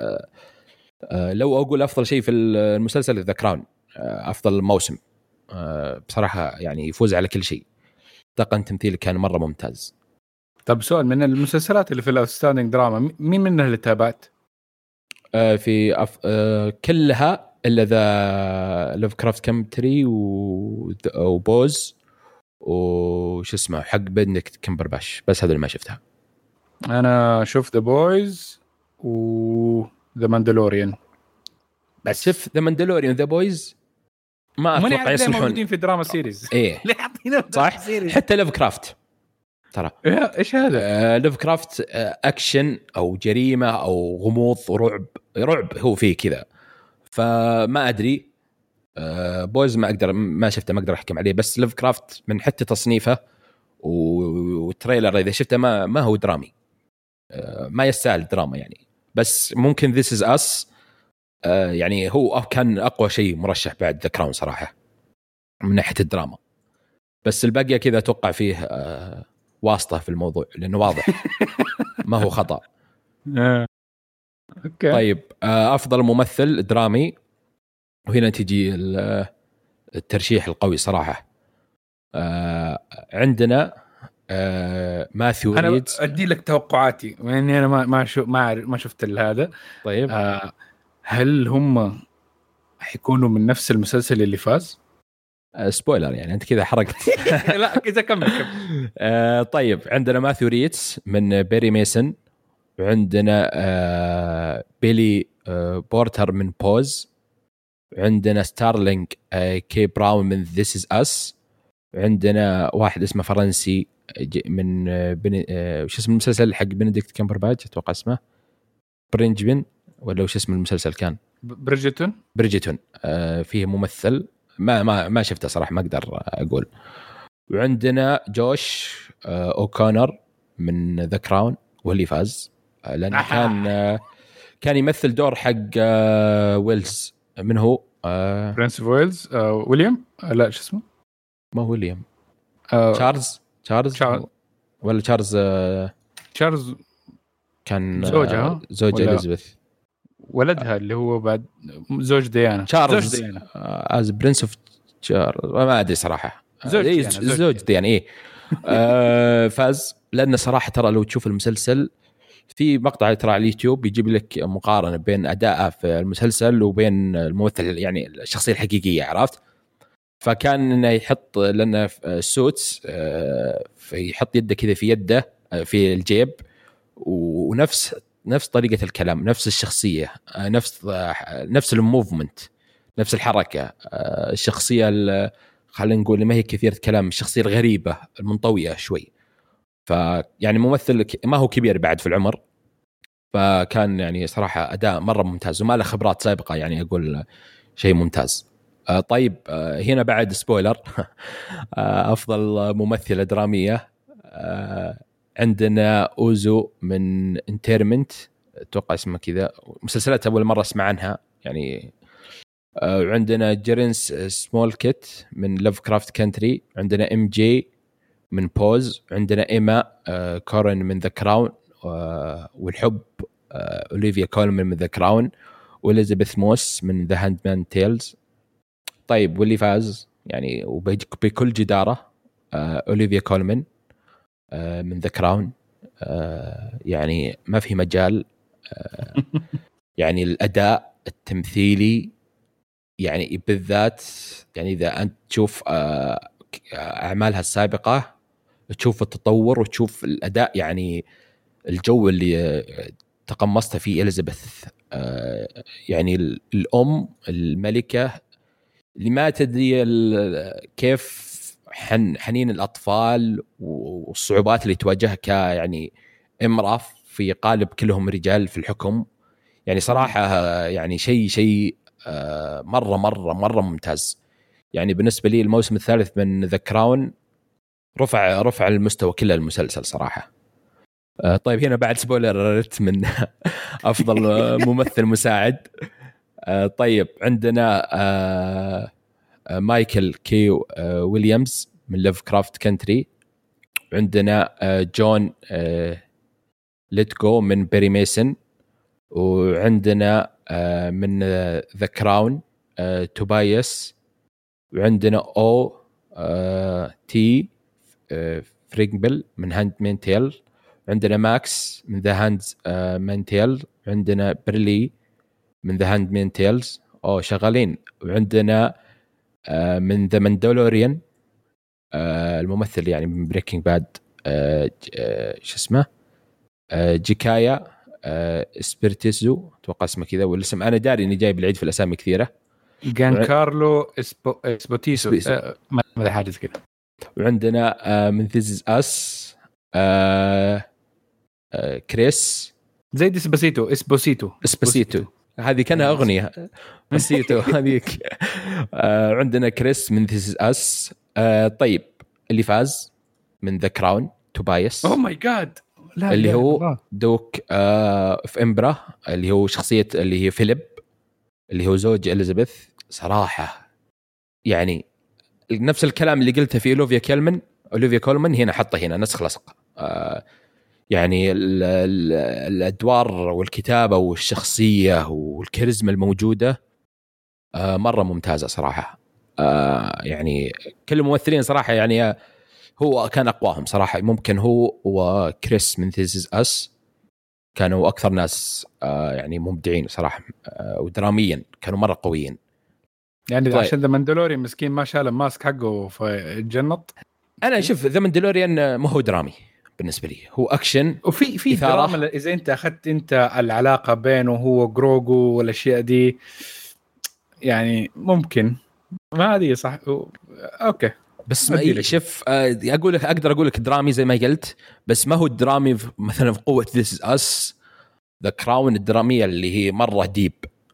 Speaker 1: لو أقول أفضل شيء في المسلسل ذا كراون أفضل موسم بصراحة، يعني يفوز على كل شيء. طاقم تمثيل كان مرة ممتاز.
Speaker 2: طب سؤال، من المسلسلات اللي في الأوتستاندينج دراما مين منها اللي تابعت؟
Speaker 1: في كلها إلا ذا لوف كرافت كامتري وبوز وش اسمه حق بنديكت كامبرباتش، بس هذا اللي ما شفتها.
Speaker 2: أنا شفت ذا بويز وذا ماندالوريان
Speaker 1: بس. شوف ذا ماندالوريان ذا بويز ما أتوقع يصلحون
Speaker 2: موجودين في دراما سيريز.
Speaker 1: إيه صح. حتى لوف كرافت ترى
Speaker 2: إيش هذا
Speaker 1: لوف كرافت أكشن أو جريمة أو غموض ورعب هو فيه كذا. فما أدري بويز ما أقدر ما شفته ما أقدر أحكم عليه. بس لوف كرافت من حتى تصنيفه والتريلر إذا شفته ما هو درامي، ما يستاهل دراما يعني. بس ممكن This is Us يعني هو كان أقوى شيء مرشح بعد ذا كراون صراحة من ناحية الدراما. بس الباقية كذا أتوقع فيه واسطة في الموضوع لأنه واضح ما هو خطأ.
Speaker 2: أوكي.
Speaker 1: طيب أفضل ممثل درامي، وهنا تجي الترشيح القوي صراحة. عندنا ماثيو ريدز.
Speaker 2: أنا أدي لك توقعاتي يعني أنا ما شفت هذا.
Speaker 1: طيب
Speaker 2: هل هم حيكونوا من نفس المسلسل اللي فاز؟
Speaker 1: سبويلر يعني أنت كذا حرقت.
Speaker 2: لا كذا كمل.
Speaker 1: طيب عندنا ماثيو ريدز من بيري ميسن، وعندنا بيلي بورتر من بوز، عندنا ستارلينج كي براون من This is Us، عندنا واحد اسمه فرنسي من وش اسم المسلسل حق بنديكت كامبرباتش اتوقع اسمه برينجبن ولا وش اسم المسلسل كان بريجيتون. فيه ممثل ما شفته صراحه ما اقدر اقول. وعندنا جوش اوكونر من ذا كراون واللي فاز لانه كان يمثل دور حق ويلز. من هو
Speaker 2: برنس ويلز ويليام لا شو اسمه
Speaker 1: ما هو ويليام تشارلز ولا تشارلز كان زوج إليزابيث
Speaker 2: ولدها اللي هو بعد زوج ديانا
Speaker 1: تشارلز از برنس اوف تشارلز ما ادري صراحه زوج ديانا ايه فاز. لأن صراحه ترى لو تشوف المسلسل في مقطع ترى على اليوتيوب يجيب لك مقارنه بين اداءه في المسلسل وبين الممثل يعني الشخصيه الحقيقيه عرفت. فكان انه يحط لنا السوتس يحط يده كذا في يده في الجيب ونفس طريقه الكلام نفس الشخصيه نفس الموفمنت نفس الحركه الشخصيه خلينا نقول ما هي كثيره كلام الشخصيه الغريبه المنطويه شوي. فيعني ممثل ما هو كبير بعد في العمر فكان يعني صراحه اداء مره ممتاز وما له خبرات سابقه يعني اقول شيء ممتاز. طيب هنا بعد سبويلر أفضل ممثلة درامية عندنا أوزو من انتيرمنت أتوقع اسمها كذا مسلسلات أول مرة أسمع عنها يعني. وعندنا جيرنس سمولكت من لوف كرافت كانتري. عندنا ام جي من بوز. عندنا إيما كورن من ذا كراون والحب أوليفيا كولمان من ذا كراون وإليزابيث موس من ذا هاندمان تيلز. طيب واللي فاز يعني وبكل جدارة أوليفيا كولمان من ذا كراون. يعني ما في مجال يعني الأداء التمثيلي يعني بالذات يعني إذا أنت تشوف أعمالها السابقة تشوف التطور وتشوف الأداء يعني الجو اللي تقمصتها فيه إليزابيث يعني الأم الملكة اللي ما تدري كيف حنين الأطفال والصعوبات اللي تواجهها يعني امرأة في قالب كلهم رجال في الحكم. يعني صراحة يعني شيء مرة ممتاز. يعني بالنسبة لي الموسم الثالث من ذا كراون رفع المستوى كله المسلسل صراحة. طيب هنا بعد سبويلر من أفضل ممثل مساعد. طيب عندنا مايكل كي ويليامز من لوف كرافت كانتري. عندنا جون ليتجو من بيري ميسن. وعندنا من ذا كراون توبايس. وعندنا او تي فرينجبل من هاند مين تيل. عندنا ماكس من ذا هاند مين تيل. عندنا برلي من ذا هاند مين تيلز شغالين. وعندنا من ذا ماندلوريان الممثل يعني من بريكنج باد شو اسمه جيكايا اسبرتيزو اتوقع اسمه كذا والاسم انا داري اني جايب العيد في الاسامي كثيره. جان
Speaker 2: كارلو اسبوتيسو ما حاجه كذا.
Speaker 1: وعندنا من ذيز اس كريس
Speaker 2: زي اسبوسيتو
Speaker 1: هذه كانها أغنية بسيطة هذيك. عندنا كريس من This Is Us. طيب اللي فاز من ذا كراون توبايس
Speaker 2: ماي جاد
Speaker 1: اللي هو دوك في إمبرا اللي هو شخصية اللي هي فيليب اللي هو زوج إليزابيث. صراحة يعني نفس الكلام اللي قلته في أوليفيا كولمان هنا حطه هنا نسخ لصق. يعني الأدوار والكتابة والشخصية والكاريزما الموجودة مرة ممتازة صراحة. يعني كل الممثلين صراحة يعني هو كان أقواهم صراحة. ممكن هو وكريس من This Is Us كانوا أكثر ناس يعني مبدعين صراحة ودراميا كانوا مرة قويين.
Speaker 2: يعني طيب. عشان ذا ماندلوريان مسكين ما شال الماسك حقه فجنط.
Speaker 1: أنا أشوف ذا ماندلوريان ما هو درامي بالنسبه لي هو اكشن
Speaker 2: وفي دراما اذا انت اخذت انت العلاقه بينه هو جروجو والاشياء دي يعني ممكن ما هذه صح اوكي
Speaker 1: بس شوف اقول لك اقدر اقول لك درامي زي ما قلت، بس ما هو الدرامي مثلا في قوه This Is Us ذا كراون الدراميه اللي هي مره ديب.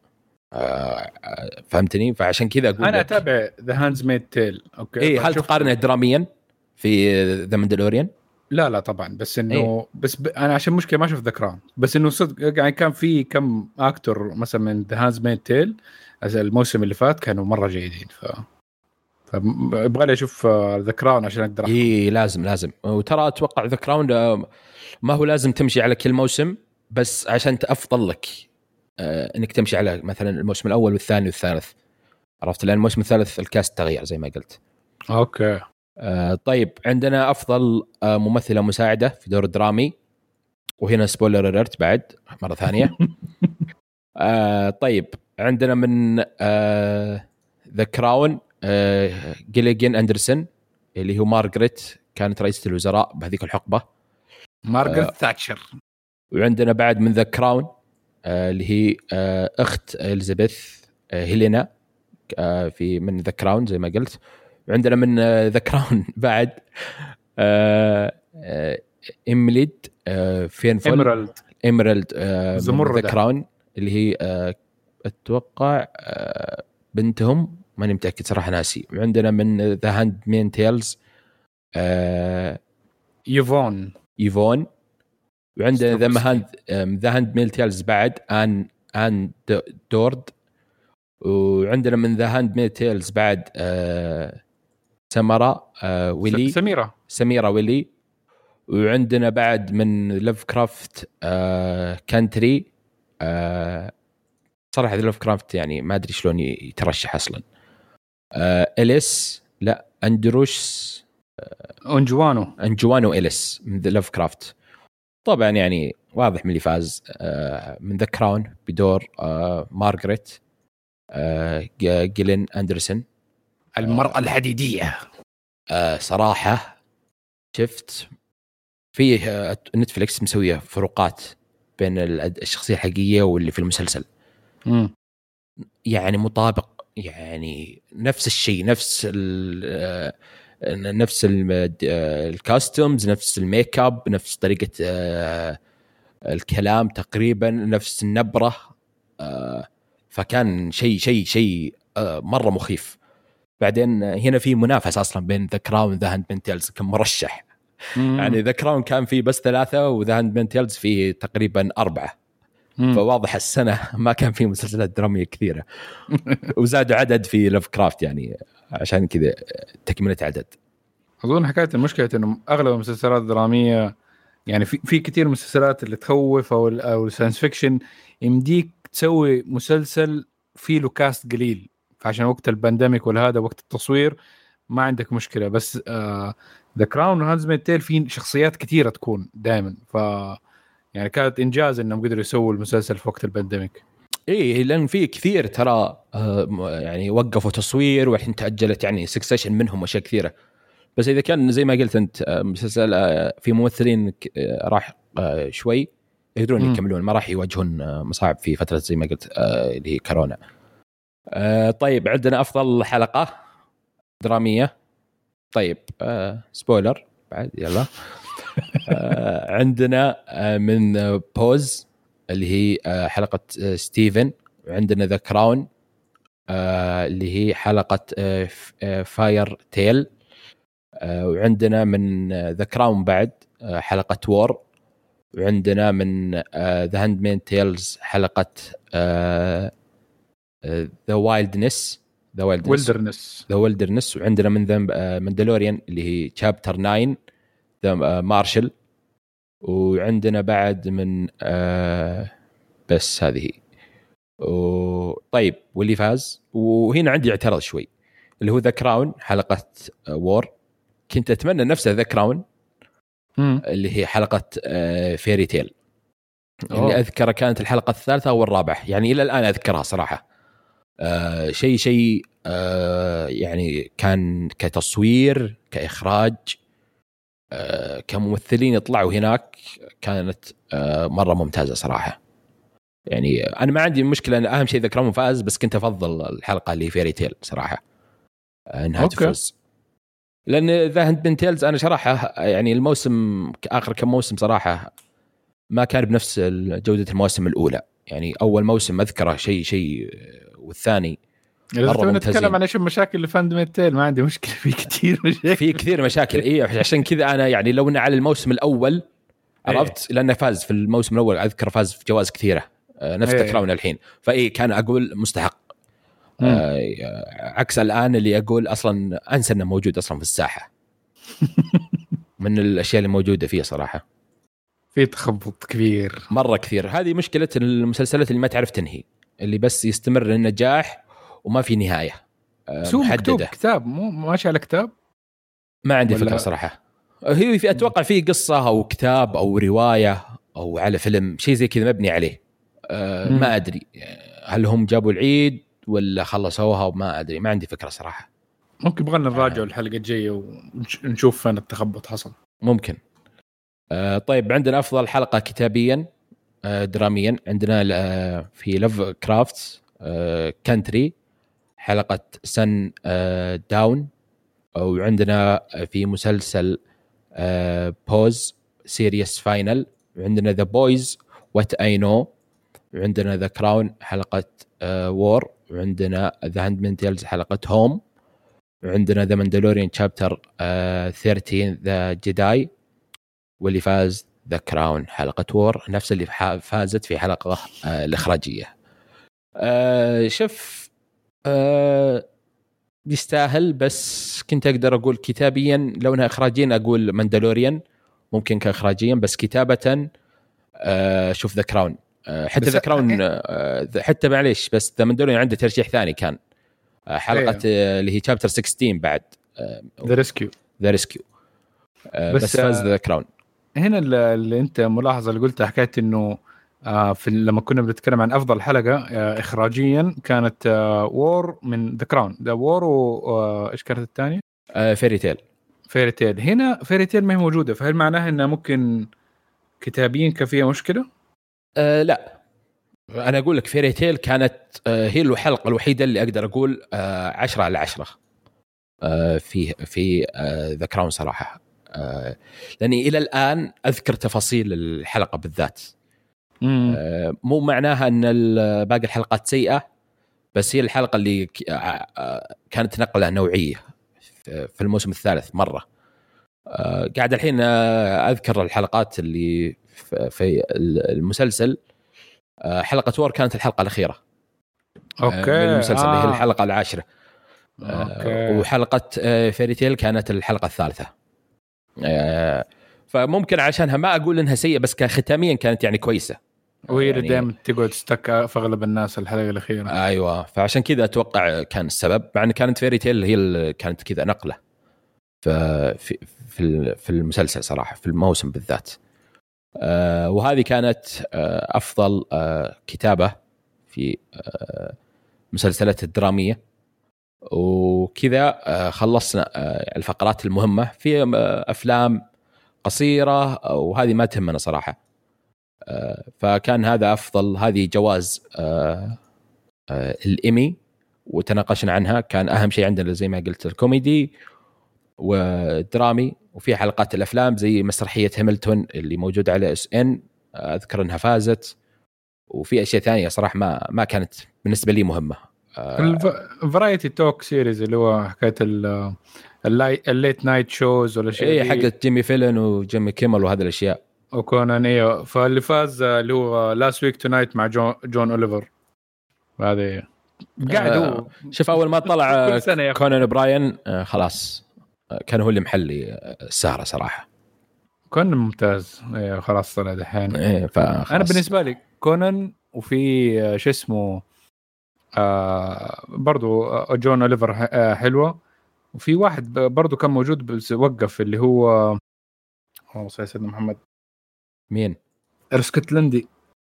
Speaker 1: فهمتني؟ فعشان كذا اقول
Speaker 2: انا
Speaker 1: لك
Speaker 2: اتابع ذا هاندز ميد تيل. اوكي
Speaker 1: ايه، هل تقارنه دراميا في ذا ماندلوريان؟
Speaker 2: لا طبعا، بس انه انا عشان مشكله ما شفت ذا كراون، بس انه صدق يعني كان في كم اكتور مثلا من ذا هاندز ميد تيل الموسم اللي فات كانوا مره جيدين، فابغى لي اشوف ذا كراون عشان اقدر احكم.
Speaker 1: ايه لازم. وترى اتوقع ذا كراون ما هو لازم تمشي على كل موسم، بس عشان افضل لك انك تمشي على مثلا الموسم الاول والثاني والثالث، عرفت؟ لان الموسم الثالث الكاست تغير زي ما قلت.
Speaker 2: اوكي.
Speaker 1: طيب عندنا افضل ممثله مساعده في دور درامي، وهنا سبويلر اليرت بعد مره ثانيه. طيب عندنا من ذا كراون جيليجن أندرسون اللي هو مارغريت، كانت رئيسة الوزراء بهذيك الحقبة،
Speaker 2: مارغريت ثاتشر.
Speaker 1: وعندنا بعد من ذا كراون اللي هي أخت إليزابيث هيلينا في من ذا كراون زي ما قلت. وعندنا من ذا كراون بعد إيميليد فينفول إيميرالد ذا كراون اللي هي أتوقع بنتهم، ماني متأكد صراحة ناسي. وعندنا من ذا هاند مين تيلز يفون. وعندنا ذا هاند مين تيلز بعد آن دورد. وعندنا من ذا هاند مين تيلز بعد سميرة ويلي سميرة ويلي. وعندنا بعد من لوف كرافت كانتري. صراحة لوف كرافت يعني ما أدري شلون يترشح أصلا. إليس لا أندروس أنجوانو إليس من لوف كرافت. طبعا يعني واضح من اللي فاز من ذا كراون بدور مارغريت جيلين أندرسون،
Speaker 2: المرأة الحديدية.
Speaker 1: صراحة شفت فيه نتفليكس مسوية فروقات بين الشخصية الحقيقية واللي في المسلسل. يعني مطابق، يعني نفس الشيء، نفس الكاستومز، نفس الميك اب، نفس طريقة الكلام تقريبا، نفس النبرة. فكان شيء مرة مخيف. بعدين هنا في منافسة أصلا بين ذا كراون وذا هاندمين تيلز كمرشح. يعني ذا كراون كان فيه بس 3 وذا هاندمين تيلز فيه تقريبا 4. فواضح السنة ما كان فيه مسلسلات درامية كثيرة. وزادوا عدد في لوف كرافت يعني عشان كذا تكملة عدد.
Speaker 2: أظن حكاية المشكلة إنه أغلب المسلسلات الدرامية يعني في كتير مسلسلات اللي تخوف أو الساينس فيكشن يمديك تسوي مسلسل فيه له كاست قليل، فعشان وقت البانديميك ولا هذا وقت التصوير ما عندك مشكلة. بس ذا كراون وهاندز ميد تيل فيه شخصيات كتيرة تكون دائما، يعني كانت إنجاز إنهم قدروا يسووا المسلسل في وقت البانديميك.
Speaker 1: إيه لأن فيه كثير ترى يعني وقفوا تصوير والحين تأجلت يعني سكسيشن منهم وأشياء كثيرة. بس إذا كان زي ما قلت أنت مسلسل في ممثلين راح شوي يقدرون يكملون، ما راح يواجهون مصاعب في فترة زي ما قلت اللي هي كورونا. طيب عندنا أفضل حلقة درامية. طيب سبويلر بعد يلا. عندنا من بوز اللي هي حلقة ستيفن. وعندنا ذا كراون اللي هي حلقة فاير تيل. وعندنا من ذا كراون بعد حلقة وور. وعندنا من ذا هاندمين تيلز حلقة ذا وايلدنس. وعندنا من ذا ماندلوريان اللي هي شابتر 9 ذا مارشل. وعندنا بعد من بس هذه. طيب واللي فاز، وهنا عندي اعتراض شوي، اللي هو ذا كراون حلقة وور. كنت أتمنى نفسه ذا كراون اللي هي حلقة فيري تيل اللي أذكر كانت الحلقة الثالثة أو الرابعة، يعني إلى الآن أذكرها صراحة. شيء يعني كان كتصوير كإخراج كممثلين يطلعوا هناك كانت مرة ممتازة صراحة. يعني أنا ما عندي مشكلة أن أهم شيء ذا كراون فاز، بس كنت أفضل الحلقة اللي فيري تيل صراحة إنها تفوز. لان ذا هاند من تيلز انا شرحه يعني الموسم اخر كم موسم صراحه ما كان بنفس جوده المواسم الاولى. يعني اول موسم اذكره شيء والثاني
Speaker 2: اذا
Speaker 1: مره
Speaker 2: تبغى نتكلم
Speaker 1: ممتازين.
Speaker 2: عن ايش المشاكل اللي في هاند ميد تيل ما عندي مشكله، في كثير مشاكل،
Speaker 1: في كثير مشاكل ايه، عشان كذا انا يعني لو على الموسم الاول عرفت، لانه فاز في الموسم الاول اذكر فاز في جوائز كثيره نفس ذا كراون الحين، فاي كان اقول مستحق. عكس الان اللي اقول اصلا انسى انه موجود اصلا في الساحه من الاشياء اللي موجوده فيه صراحه.
Speaker 2: في تخبط كبير
Speaker 1: مره كثير. هذه مشكله المسلسلات اللي ما تعرف تنهي، اللي بس يستمر للنجاح وما في نهايه
Speaker 2: سو مكتوب
Speaker 1: محدده.
Speaker 2: كتاب مو ماشي على كتاب.
Speaker 1: ما عندي فكره صراحه. هي في اتوقع في قصه او كتاب او روايه او على فيلم شيء زي كذا مبني عليه. ما ادري هل هم جابوا العيد ولا خلصوها وما ادري، ما عندي فكره صراحه.
Speaker 2: ممكن بغنا نراجع الحلقه الجايه ونشوف فين التخبط حصل.
Speaker 1: ممكن. طيب عندنا افضل حلقه كتابيا دراميا عندنا في لاف كرافتس كانتري حلقه سن داون، وعندنا في مسلسل بوز سيريس فاينل، وعندنا ذا بويز وات اي نو، وعندنا ذا كراون حلقه وور، وعندنا ذا هاند من تيلز حلقه هوم، وعندنا ذا ماندلوريان شابتر 13 ذا جداي، واللي فاز ذا كراون حلقه وور نفس اللي فازت في حلقه الاخراجيه. شوف يستاهل، بس كنت اقدر اقول كتابيا لو انها اخراجيا اقول ماندلوريان ممكن كاخراجيا، بس كتابه شوف ذا كراون. حتى ذا كراون حتى معليش، بس ذا ماندلوريان عنده ترشيح ثاني كان حلقه اللي هي شابتر 16 بعد
Speaker 2: ذا ريسكيو
Speaker 1: بس فاز ذا كراون.
Speaker 2: هنا اللي انت ملاحظه اللي قلتها حكايه انه في لما كنا بنتكلم عن افضل حلقه اخراجيا كانت وور من ذا كراون، ذا وور وايش كانت الثانيه؟ فيري تيل. هنا فيري تيل ما هي موجوده، فهل معناها انها ممكن كتابيا كان فيها مشكله؟
Speaker 1: لا انا اقول لك فيري تيل كانت هي الحلقه الوحيده اللي اقدر اقول 10 على 10 في ذا كراون صراحه. لاني الى الان اذكر تفاصيل الحلقه بالذات. مو معناها ان باقي الحلقات سيئه، بس هي الحلقه اللي كانت نقله نوعيه في الموسم الثالث مره. قاعد الحين اذكر الحلقات اللي في المسلسل. حلقه وور كانت الحلقه الاخيره من المسلسل اللي هي الحلقه العاشره. وحلقه فيري تيل كانت الحلقه الثالثه. فممكن عشانها ما اقول انها سيئه، بس كختاميا كانت يعني كويسه،
Speaker 2: وهي يعني دائما تقعد تستك في اغلب الناس الحلقه الاخيره.
Speaker 1: ايوه، فعشان كذا اتوقع كان السبب، مع ان كانت فيري تيل هي اللي كانت كذا نقله في المسلسل صراحه في الموسم بالذات. وهذه كانت افضل كتابه في مسلسلات الدراميه. وكذا خلصنا الفقرات المهمه في افلام قصيره، وهذه ما تهمنا صراحه. فكان هذا افضل، هذه جوائز الإيمي وتناقشنا عنها. كان اهم شيء عندنا زي ما قلت الكوميدي والدرامي، وفي حلقات الافلام زي مسرحيه هاملتون اللي موجوده على SN اذكر انها فازت. وفي اشياء ثانيه صراحه ما كانت بالنسبه لي مهمه.
Speaker 2: الفرايتي توك سيريز اللي هو حكايه الليت نايت شوز ولا شيء،
Speaker 1: حقت جيمي فيلن وجيمي كيمل وهذه الاشياء.
Speaker 2: وكونان ايوه. فاللي فاز اللي هو لاست ويك تونايت مع جون اوليفر. هذا قاعد
Speaker 1: شوف اول ما طلع كونان براين خلاص كان هو اللي محلي السهره صراحه.
Speaker 2: كونان ممتاز خلاص طلع دحين.
Speaker 1: انا
Speaker 2: بالنسبه لي كونان، وفي شو اسمه برضو جون أوليفر حلوة. وفي واحد برضو كان موجود بس وقف اللي هو اللهم صل على سيدنا محمد.
Speaker 1: مين؟
Speaker 2: الاسكتلندي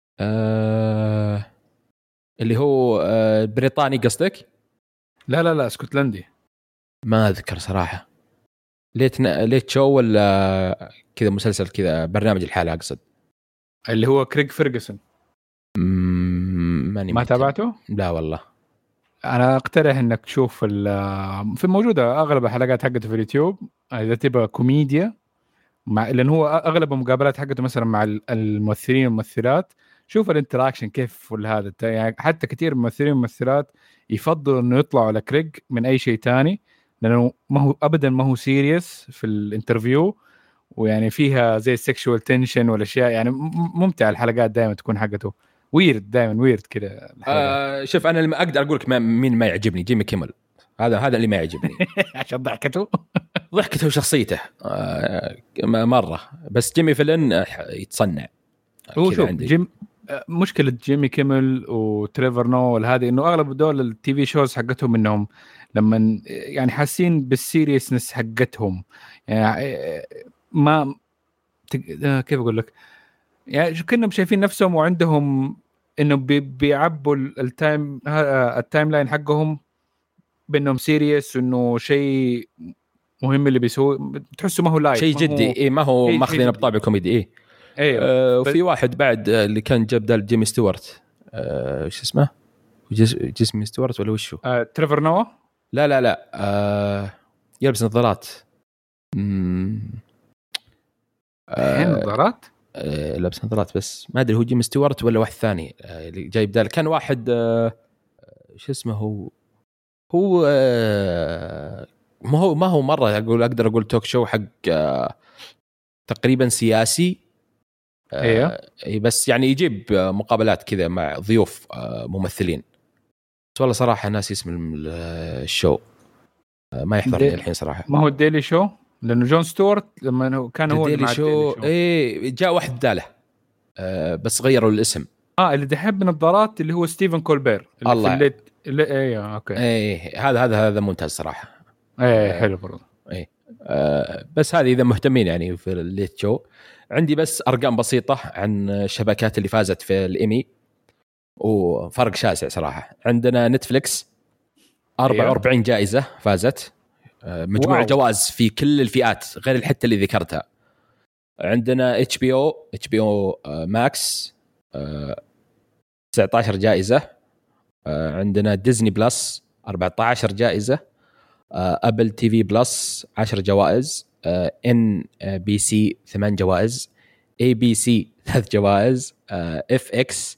Speaker 1: اللي هو بريطاني قصدك؟
Speaker 2: لا اسكتلندي.
Speaker 1: ما اذكر صراحة. ليت شو ولا كذا مسلسل كذا برنامج الحالة اقصد؟
Speaker 2: اللي هو كريغ فيرغسون.
Speaker 1: ما
Speaker 2: تابعته؟
Speaker 1: لا والله.
Speaker 2: انا اقترح انك تشوف في موجوده اغلب الحلقات حقته في اليوتيوب اذا تبغى كوميديا، لان هو اغلب المقابلات حقته مثلا مع الممثلين والممثلات، شوف الانتراكشن كيف هذا يعني حتى كثير من الممثلين والممثلات يفضلوا انه يطلعوا على كريج من اي شيء تاني، لانه ما هو ابدا ما هو سيريس في الانترفيو، ويعني فيها زي سيكشوال تنشن والاشياء، يعني ممتع الحلقات دائما تكون حقته ويرد، دائما ويرد كذا الحلقات.
Speaker 1: شوف انا اللي اقدر اقول لك مين ما يعجبني، جيمي كيمل، هذا اللي ما يعجبني.
Speaker 2: عشان ضحكته
Speaker 1: ضحكته وشخصيته مره، بس جيمي فلن يتصنع.
Speaker 2: هو شوف مشكلة جيمي كيمل وتريفر نول هذه انه اغلب دول التي في شوز حقتهم انهم لما يعني حاسين بالسيريسنس حقتهم، يعني ما كيف اقول لك، يعني كنا شايفين نفسهم وعندهم انه بيعبوا التايم لاين حقهم بانهم سيريس، انه شيء مهم اللي بيسوي، تحسه ما هو لايف،
Speaker 1: شيء جدي، إيه ما هو ماخذين بطابع كوميدي. إيه
Speaker 2: ايوه
Speaker 1: وفي واحد بعد اللي كان جاب دال جيمي ستوارت، شو اسمه، جيمي ستوارت ولا وشو؟
Speaker 2: تريفر نوا،
Speaker 1: لا يلبس نظارات.
Speaker 2: نظارات،
Speaker 1: لابس نظارات بس ما ادري هو جيمي ستوارت ولا واحد ثاني اللي جاي بدال. كان واحد شو اسمه، هو ما هو مره اقدر اقول توك شو حق تقريبا سياسي.
Speaker 2: ايوه
Speaker 1: بس يعني يجيب مقابلات كذا مع ضيوف ممثلين. بس والله صراحه ناس اسم الشو ما يحضرني الحين صراحه.
Speaker 2: ما هو الديلي شو، لانه جون ستوارت لما كان هو
Speaker 1: الديلي
Speaker 2: مع
Speaker 1: شو,
Speaker 2: الديلي شو.
Speaker 1: ايه جاء واحد بداله بس غيروا الاسم.
Speaker 2: اللي دحين بنظارات اللي هو ستيفن كولبير اللي
Speaker 1: الله.
Speaker 2: في الليت ايوه اوكي.
Speaker 1: ايه هذا ممتاز صراحه.
Speaker 2: ايه حلو برضه.
Speaker 1: ايه بس هذه اذا مهتمين يعني في الليت شو. عندي بس ارقام بسيطه عن الشبكات اللي فازت في الايمي، وفرق شاسع صراحه. عندنا نتفليكس 44 جائزه فازت، مجموع جوائز في كل الفئات غير الحته اللي ذكرتها. عندنا اتش بي او ماكس 19 جائزه. عندنا ديزني بلس 14 جائزه. ابل تي في بلس 10 جوائز. ان بي سي 8 جوائز. اي بي سي 3 جوائز. اف اكس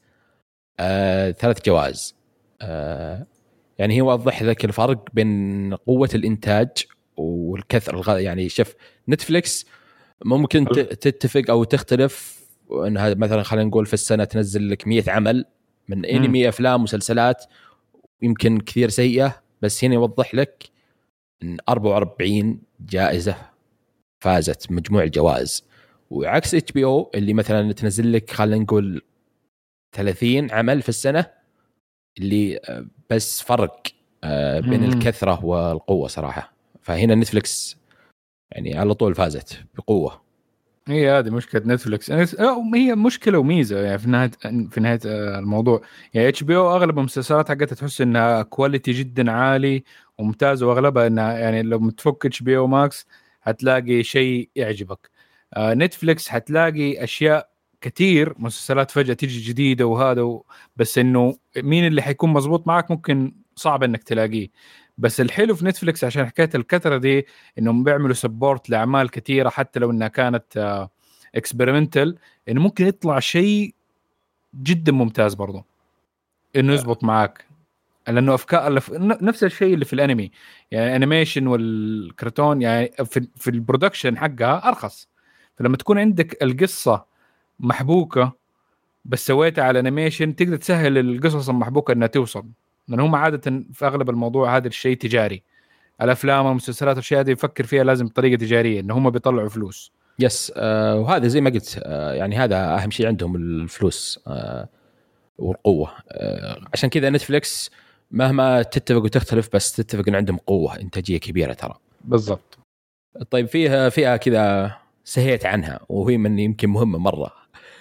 Speaker 1: 3 جوائز. يعني هي وضح لك الفرق بين قوة الإنتاج والكثر. يعني شوف نتفليكس ممكن تتفق أو تختلف أنها مثلا خلينا نقول في السنة تنزل لك 100 عمل من أنمي أفلام مسلسلات يمكن كثير سيئة، بس هنا يوضح لك أن 44 جائزة فازت مجموع الجوائز. وعكس HBO اللي مثلا تنزل لك خلينا نقول 30 عمل في السنة، اللي بس فرق بين الكثرة والقوة صراحة. فهنا نتفليكس يعني على طول فازت بقوة.
Speaker 2: هي هذه مشكلة نتفليكس، هي مشكلة وميزة يعني في نهاية الموضوع. يعني HBO أغلب المسلسلات حقتها تحس إنها كواليتي جدا عالي وممتازة، وأغلبها إنها يعني لو متفك HBO ماكس هتلاقي شيء يعجبك. نتفليكس هتلاقي أشياء كتير مسلسلات فجأة تيجي جديدة وهذا بس إنه مين اللي حيكون مزبوط معك ممكن صعب إنك تلاقيه. بس الحلو في نتفليكس عشان حكاية الكثرة دي انهم بيعملوا سبورت لاعمال كثيره حتى لو انها كانت اكسبيرمنتال، انه ممكن يطلع شيء جدا ممتاز برضو انه يزبط معاك، لانه افكار نفس الشيء اللي في الانمي، يعني انيميشن والكرتون يعني في البرودكشن حقها ارخص. فلما تكون عندك القصه محبوكه بس سويتها على انيميشن تقدر تسهل القصص المحبوكه انها توصل، لان هم عاده في اغلب الموضوع هذا الشيء تجاري. الافلام والمسلسلات والاشياء هذه يفكر فيها لازم بطريقه تجاريه ان هم بيطلعوا فلوس.
Speaker 1: يس وهذا زي ما قلت يعني هذا اهم شيء عندهم الفلوس والقوه. عشان كذا نتفليكس مهما تتفق وتختلف بس تتفق ان عندهم قوه انتاجيه كبيره ترى.
Speaker 2: بالضبط.
Speaker 1: طيب فيها فئه كذا سهيت عنها وهي من يمكن مهمه مره.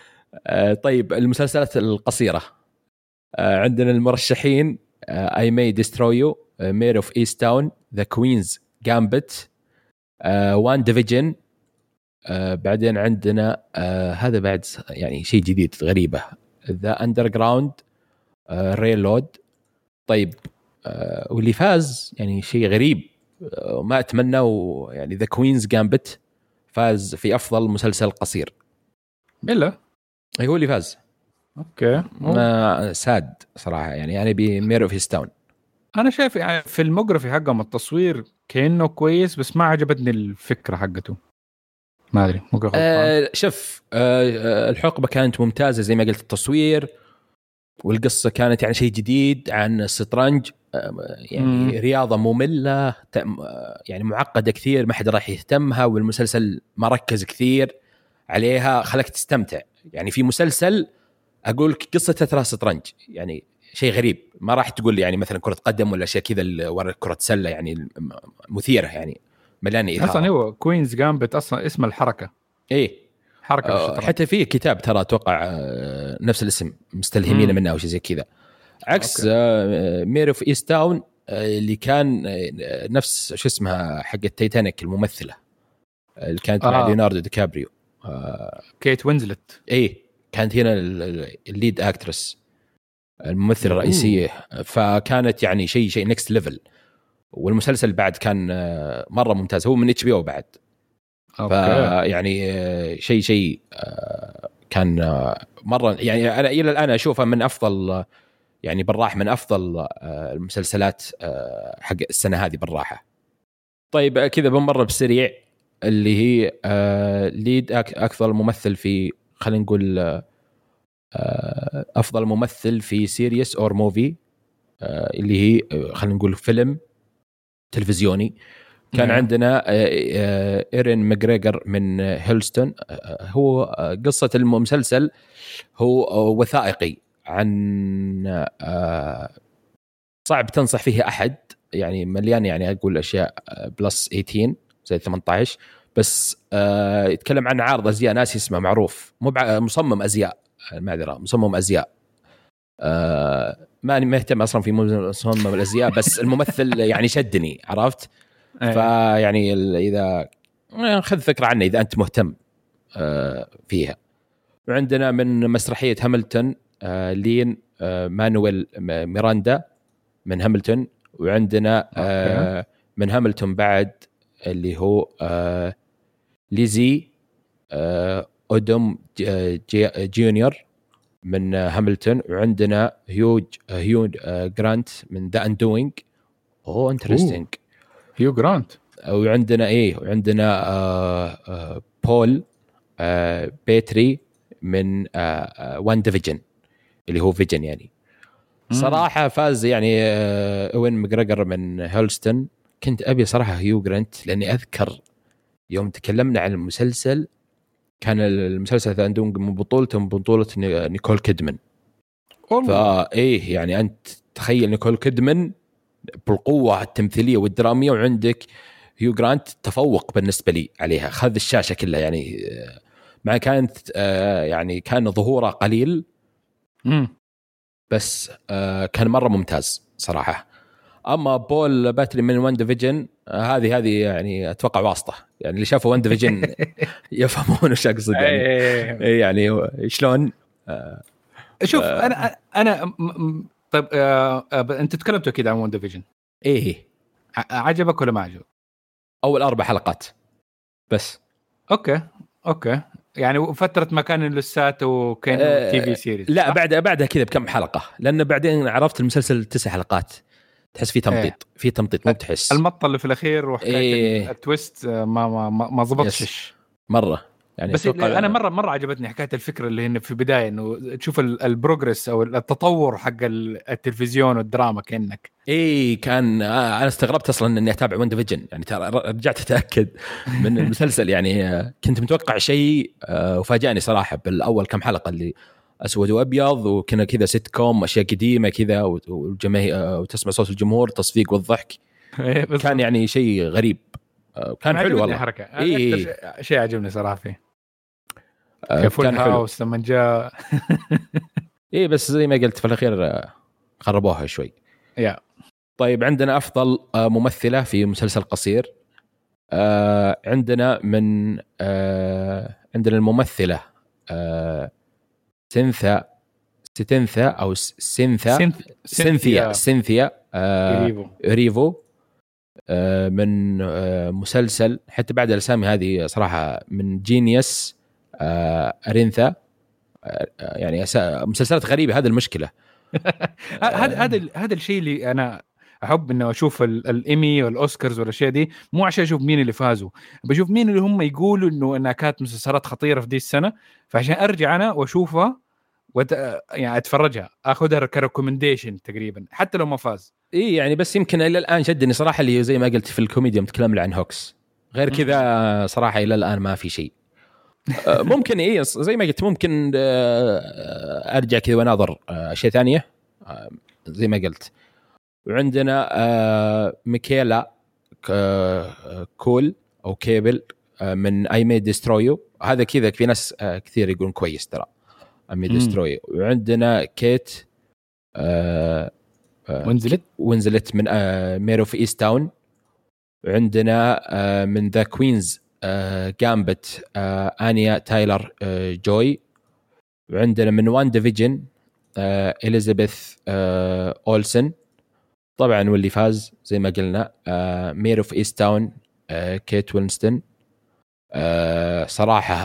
Speaker 1: طيب المسلسلات القصيره عندنا المرشحين I May Destroy You, Mayor of Easttown, The Queen's Gambit, One Division. بعدين عندنا هذا بعد يعني شيء جديد غريبة The Underground Railroad. طيب واللي فاز يعني شيء غريب ما اتمنى، يعني ذا كوينز جامبت فاز في افضل مسلسل قصير.
Speaker 2: بلا
Speaker 1: هو اللي فاز.
Speaker 2: اوكي.
Speaker 1: ما ساد صراحه، يعني انا بمير اوف هيستاون.
Speaker 2: انا شايف يعني في الموجرافي حقهم التصوير كأنه كويس، بس ما عجبتني الفكرة حقته. ما ادري ممكن غلطان.
Speaker 1: شوف، الحقبه كانت ممتازه زي ما قلت، التصوير والقصه كانت يعني شيء جديد عن الشطرنج. يعني رياضه ممله، يعني معقده كثير، ما حد راح يهتمها، والمسلسل ما ركز كثير عليها، خلك تستمتع. يعني في مسلسل اقول لك قصته ترى شطرنج، يعني شيء غريب، ما راح تقول يعني مثلا كره قدم ولا اشياء كذا ورا كره سله، يعني مثيره، يعني مليانه اثاره.
Speaker 2: اصلا هو كوينز جامبت اصلا اسم الحركة،
Speaker 1: ايه
Speaker 2: حركة في الشطرنج.
Speaker 1: حتى في كتاب ترى اتوقع نفس الاسم مستلهمين منه او شيء زي كذا، عكس مير اوف ايست تاون اللي كان نفس شو اسمها حق التايتانيك، الممثله اللي كانت مع ليوناردو دي كابريو،
Speaker 2: كيت وينزلت.
Speaker 1: ايه كانت هنا الليد اكترس، الممثله الرئيسيه. فكانت يعني شيء نكست ليفل، والمسلسل بعد كان مره ممتاز، هو من اتش بي او بعد. فيعني شيء كان مره، يعني انا الى الان اشوفه من افضل، يعني بالراحه من افضل المسلسلات حق السنه هذه بالراحه. طيب كذا بنمر بالسريع، اللي هي ليد اكثر ممثل في، خلينا نقول افضل ممثل في سيريس اور موفي، اللي هي خلينا نقول فيلم تلفزيوني. كان عندنا إيرين ماجريجر من هيلستون. هو قصة المسلسل هو وثائقي عن صعب تنصح فيه أحد، يعني مليان، يعني أقول أشياء بلس 18 زي 18، بس يتكلم عن عارض أزياء ناس اسمه معروف، مصمم أزياء، معذرة، مصمم أزياء. ما مهتم أصلا في مصمم الأزياء، بس الممثل يعني شدني، عرفت؟ فيعني إذا خذ فكرة عنه إذا أنت مهتم فيها. وعندنا من مسرحية هاملتون لين مانويل ميراندا من هاملتون. وعندنا من هاملتون بعد اللي هو ليزي أودوم جونيور من هاملتون. وعندنا هيو جرانت من ذا أندوينج. انترستينج،
Speaker 2: هيو جرانت.
Speaker 1: وعندنا وعندنا بول بيتري من وان ديفيجن اللي هو فيجن. يعني صراحة فاز يعني اوين ماجريجر من هولستون. كنت أبي صراحة هيو جرانت، لأني أذكر يوم تكلمنا عن المسلسل كان المسلسل عندهم من بطولة نيكول كيدمان. فإيه يعني أنت تخيل نيكول كيدمان بالقوة التمثيلية والدرامية، وعندك هيو جرانت تفوق بالنسبة لي عليها، خذ الشاشة كلها. يعني مع كانت يعني كان ظهوره قليل، بس كان مرة ممتاز صراحة. أما بول باتري من وان ديفيجن هذه يعني أتوقع واسطة، يعني اللي شافوا وان ديفيجن يفهمون وش أقصد. يعني يعني شلون
Speaker 2: شوف أنا طيب أنت تكلمتوا كده عن وان ديفيجن،
Speaker 1: إيه
Speaker 2: عجبك ولا ما عجبك؟
Speaker 1: أول 4 حلقات بس.
Speaker 2: أوكي يعني فترة ما كان لسات وكان تي في سيريز.
Speaker 1: لا بعدها كذا بكم حلقة، لأن بعدين عرفت المسلسل 9 حلقات، تحس فيه تمطيط. في تمطيط، مو بتحس
Speaker 2: المطة اللي في الأخير وحكاية التويست ما ضبطش
Speaker 1: مرة. يعني
Speaker 2: بس أنا مرة عجبتني حكاية الفكرة اللي هنا في البداية، إنه تشوف البروجرس أو التطور حق التلفزيون والدراما كأنك.
Speaker 1: كان أنا استغربت أصلاً إني أتابع وان ديفيجن، يعني ترى رجعت أتأكد من المسلسل. يعني كنت متوقع شيء وفاجأني صراحة بالأول كم حلقة اللي أسود وأبيض، وكنا كذا سيت كوم، أشياء قديمة كذا، والجماهير وتسمع صوت الجمهور، تصفيق والضحك. كان يعني شيء غريب، كان حلو والله.
Speaker 2: حركة أكثر شيء عجبني صراحة فيه فول هاوس لما جاء.
Speaker 1: بس زي ما قلت في الأخير خربوها شوي. طيب عندنا أفضل ممثلة في مسلسل قصير. عندنا من عندنا الممثلة سينثا ستينثا او سينثيا ريفو من مسلسل، حتى بعد الاسامي هذه صراحه، من جينيوس ارينثا. يعني مسلسلات غريبه، هذا المشكله.
Speaker 2: هذا الشيء اللي انا احب انه اشوف الايمي والاوسكارز والاشياء دي، مو عشان اشوف مين اللي فازوا، بشوف مين اللي هم يقولوا انها كانت مسلسلات خطيره في دي السنه، فعشان ارجع انا واشوفها يعني اتفرجها، اخذها كريكومنديشن تقريبا حتى لو ما فاز.
Speaker 1: اي يعني بس يمكن الى الان شدني صراحه، اللي زي ما قلت في الكوميديا متكلم عن هوكس، غير كذا صراحه الى الان ما في شيء. ممكن ايه زي ما قلت، ممكن ارجع كذا واناظر اشياء ثانيه زي ما قلت. وعندنا ميكيلا كول او كيبل من اي مي ديسترويو، هذا كذا في ناس كثير يقولون كويس ترى اي مي ديسترويو. وعندنا كيت وينزلت من ميرو في إيست تاون. وعندنا من ذا كوينز جامبت آنيا تايلر جوي. وعندنا من وان ديفيجن إليزابيث أولسن طبعا، واللي فاز زي ما قلنا ميرو في إيست تاون كيت وينستون. صراحة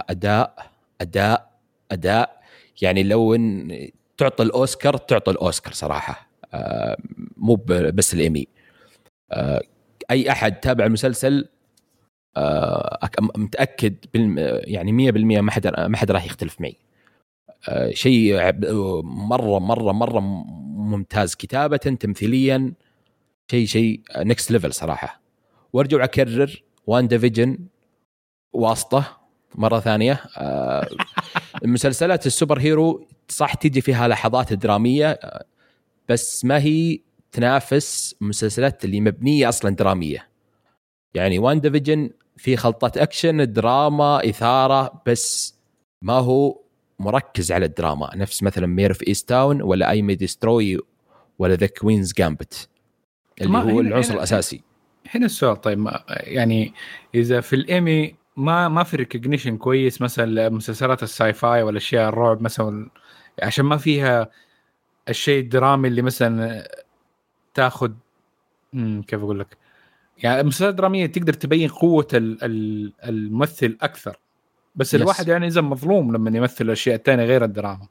Speaker 1: أداء يعني لو إن تعطي الأوسكار صراحة، مو بس الإيمي. أي أحد تابع المسلسل متأكد يعني 100% ما حد راح يختلف معي. شيء مرة ممتاز، كتابة تمثيليا شيء نكست ليفل صراحة. وارجع أكرر وان ديفيجن واسطة مرة ثانية. المسلسلات السوبر هيرو صح تيجي فيها لحظات درامية، بس ما هي تنافس مسلسلات اللي مبنية أصلا درامية. يعني وان ديفيجن في خلطة أكشن دراما إثارة، بس ما هو مركز على الدراما نفس مثلا مير في إيست تاون ولا أي مي ديستروي ولا ذا كوينز جامبت اللي هو العنصر الأساسي.
Speaker 2: هنا السؤال، طيب يعني إذا في الإيمي ما في ريكوجنيشن كويس مثلا مسلسلات الساي فاي ولا أشياء الرعب مثلا، عشان ما فيها الشيء الدرامي اللي مثلا تاخذ كيف أقول لك، يعني المسلسلات الدرامية تقدر تبين قوة الممثل أكثر، بس الواحد يعني إذا مظلوم لما يمثل أشياء تانية غير الدراما.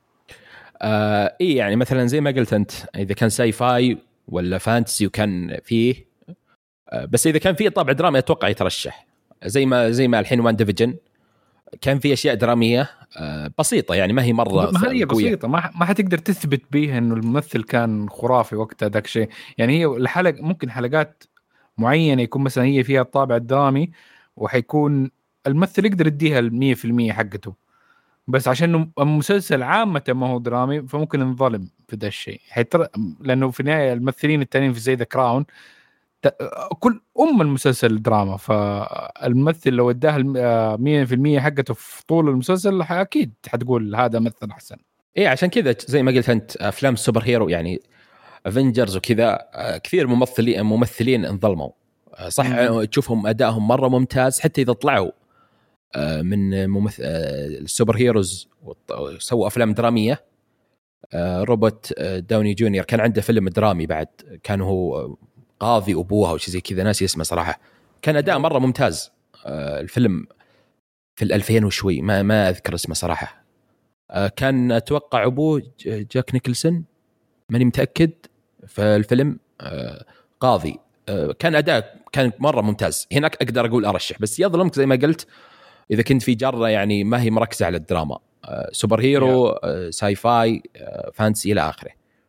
Speaker 1: إيه يعني مثلا زي ما قلت أنت، إذا كان ساي فاي ولا فانتسي وكان فيه بس إذا كان فيه طابع درامي أتوقع يترشح، زي ما الحين وان ديفيجن كان فيه أشياء درامية بسيطة، يعني ما هي مرة
Speaker 2: ما هي بسيطة، ما حتقدر تثبت بيها إنه الممثل كان خرافي وقتها ذاك شيء. يعني هي الحلقة ممكن حلقات معينة يكون مثلا هي فيها الطابع الدرامي وحيكون الممثل يقدر يديها 100% حقته، بس عشان المسلسل عامة ما هو درامي فممكن نظلم في ذا الشيء لأنه في النهاية الممثلين التانيين في زي ذا كراون كل المسلسل دراما، فالممثل لو اداها 100% حقته في طول المسلسل أكيد حتقول هذا مثل أحسن.
Speaker 1: إيه عشان كذا زي ما قلت أنت أفلام السوبر هيرو يعني افنجرز وكذا كثير ممثلين انظلموا صح. تشوفهم ادائهم مره ممتاز حتى اذا طلعوا من السوبر هيروز وسووا افلام دراميه. روبرت داوني جونيور كان عنده فيلم درامي بعد، كان هو قاضي ابوها وشي زي كذا، ناسي اسمه صراحه، كان اداء مره ممتاز. الفيلم في 2000 وشوي، ما اذكر اسمه صراحه. كان اتوقع ابوه جاك نيكلسون، ماني متاكد. فالفيلم قاضي، كان أداء كان مرة ممتاز. هناك أقدر أقول أرشح، بس يظلمك زي ما قلت إذا كنت في جرة يعني ما هي مركزة على الدراما، سوبر هيرو ساي فاي فانسي إلى آخره.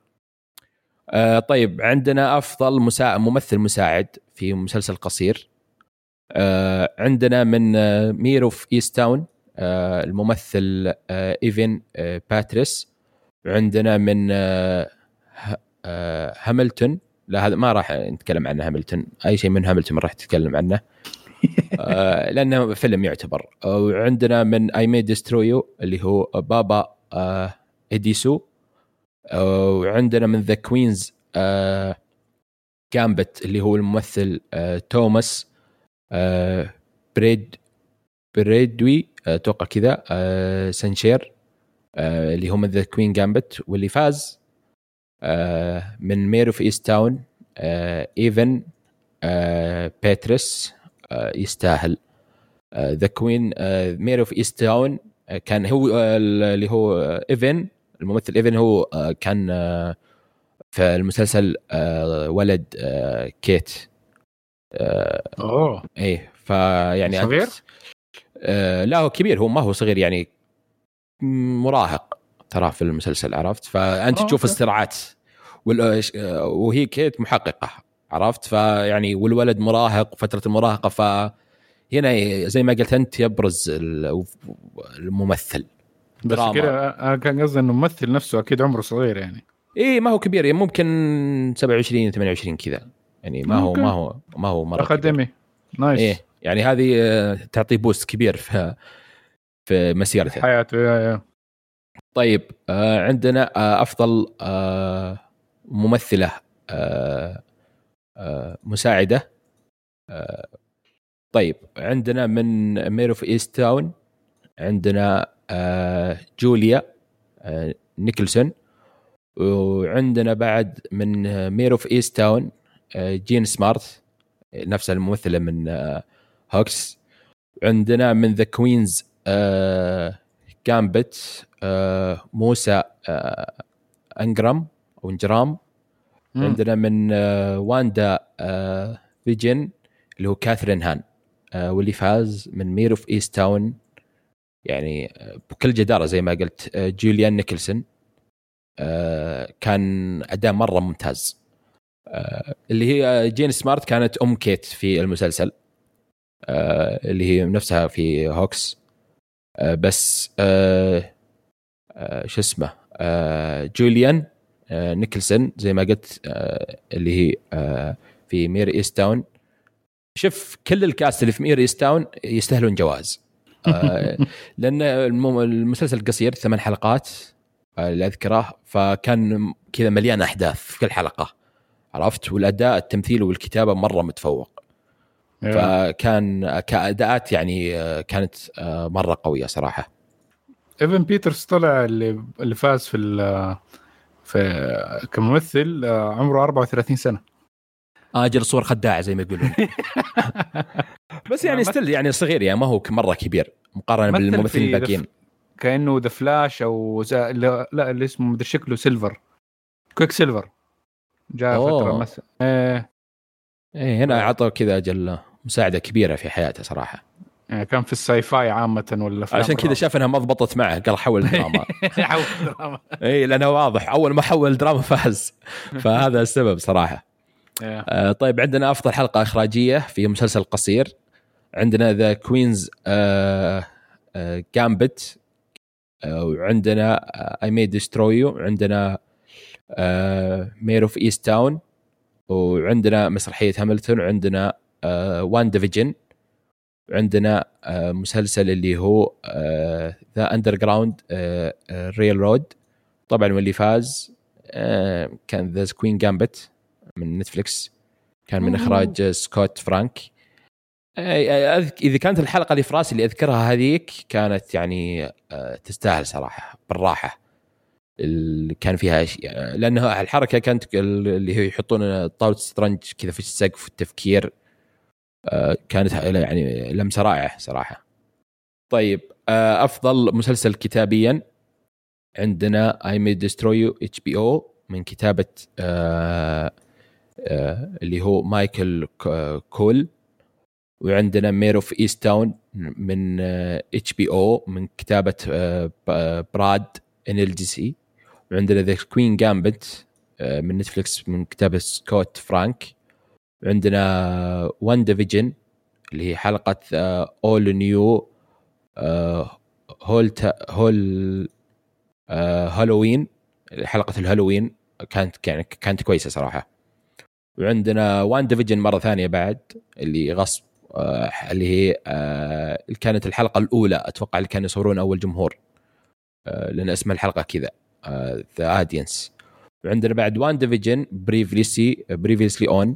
Speaker 1: طيب عندنا أفضل ممثل مساعد في مسلسل قصير. عندنا من ميرو في إيست تاون الممثل إيفن باتريس. عندنا من هاملتون، لا هذا ما راح نتكلم عنه، هاملتون أي شيء من هاملتون ما راح تتكلم عنه لأنه فيلم يعتبر. وعندنا من I May Destroy You اللي هو بابا إديسو. وعندنا من The Queen's Gambit اللي هو الممثل توماس بريدوي أتوقع كذا سانشير. اللي هو من ذا كوين جامبت. واللي فاز من مير اوف ايست تاون ايفن باتريس. يستاهل. ذا كوين مير اوف ايست تاون كان هو اللي هو ايفن، الممثل ايفن هو كان في المسلسل ولد كيت. ايه فيعني
Speaker 2: صغير؟
Speaker 1: لا هو كبير، هو ما هو صغير يعني، مراهق ترى في المسلسل، عرفت؟ فانت تشوف الصراعات وهي كيت محققه، عرفت؟ فيعني والولد مراهق، فتره المراهقه، فهنا زي ما قلت انت يبرز الممثل.
Speaker 2: بس كده انا كان قصدي انه الممثل نفسه اكيد عمره صغير يعني.
Speaker 1: ايه ما هو كبير يعني، ممكن 27 28 كذا يعني، ما هو مره
Speaker 2: اكاديمي. نايس.
Speaker 1: ايه يعني هذه تعطي بوست كبير في مسيرته
Speaker 2: حياته.
Speaker 1: طيب عندنا افضل ممثله مساعده. طيب عندنا من مير اوف ايست تاون عندنا جوليا نيكلسون. وعندنا بعد من مير اوف ايست تاون جين سمارت، نفس الممثله من هوكس. عندنا من ذا كوينز جامبت موسى انجرام او انجرام. عندنا من واندا فيجن اللي هو كاثرين هان. واللي فاز من مير اوف ايست تاون يعني بكل جدارة زي ما قلت جوليان نيكلسون. كان أداء مرة ممتاز. اللي هي جين سمارت كانت أم كيت في المسلسل، اللي هي نفسها في هوكس. بس شو اسمه جوليان نيكلسون زي ما قلت اللي هي في مير إيست تاون. شوف كل الكاست اللي في مير إيست تاون يستاهلون جوائز. لأن المسلسل قصير 8 حلقات اللي أذكره، فكان كذا مليان أحداث في كل حلقة، عرفت؟ والأداء التمثيل والكتابة مرة متفوق. فكان كأداءات يعني كانت مرة قوية صراحة.
Speaker 2: إيفن بيترز طلع اللي فاز في كممثل عمره 34 سنة.
Speaker 1: أجل صور خداعة زي ما يقولون. بس يعني ستيل يعني صغير يعني، ما هو مرة كبير مقارنة بالممثلين الباقيين.
Speaker 2: كأنه ذا فلاش أو لا اللي اسمه مدري شكله سيلفر، كويك سيلفر جاء فترة مثلا.
Speaker 1: إيه هنا عطوا كذا أجل مساعدة كبيرة في حياته صراحة.
Speaker 2: كان في الساي فاي عامة ولا
Speaker 1: عشان كذا شاف انها ما ضبطت معه قال حول دراما.
Speaker 2: حول دراما.
Speaker 1: اي لانه واضح اول ما حول دراما فاز. فهذا السبب صراحة. طيب عندنا افضل حلقة اخراجية في مسلسل قصير. عندنا ذا كوينز جامبت، وعندنا اي مي ديستروي يو، وعندنا مير اوف ايست تاون، وعندنا مسرحية هاملتون، وعندنا وان ديفيجن، عندنا مسلسل اللي هو ذا أندرغراوند ريل رود. طبعا واللي فاز كان ذا كوين جامبت من نتفليكس، كان من إخراج سكوت فرانك. إذا كانت الحلقة اللي في راسي اللي أذكرها هذيك كانت يعني تستاهل صراحة بالراحة اللي كان فيها أشياء، لأنها الحركة كانت اللي هي يحطون طاولة سترنج كذا في السقف والتفكير، كانت يعني لمسة رائعة صراحة. طيب أفضل مسلسل كتابيا عندنا I May Destroy You HBO من كتابة اللي هو مايكل كول. وعندنا مير اوف إيست تاون من HBO من كتابة براد NLDC. وعندنا ذا كوين جامبت من نتفليكس من كتابة سكوت فرانك. عندنا وان ديفيجن اللي هي حلقة أول نيو هالوين، حلقة الهالوين كانت كويسة صراحة. وعندنا وان ديفيجن مرة ثانية بعد اللي غصب اللي هي كانت الحلقة الأولى أتوقع اللي كانوا يصورون أول جمهور، لأن اسم الحلقة كذا The Audience. وعندنا بعد وان ديفيجن previously on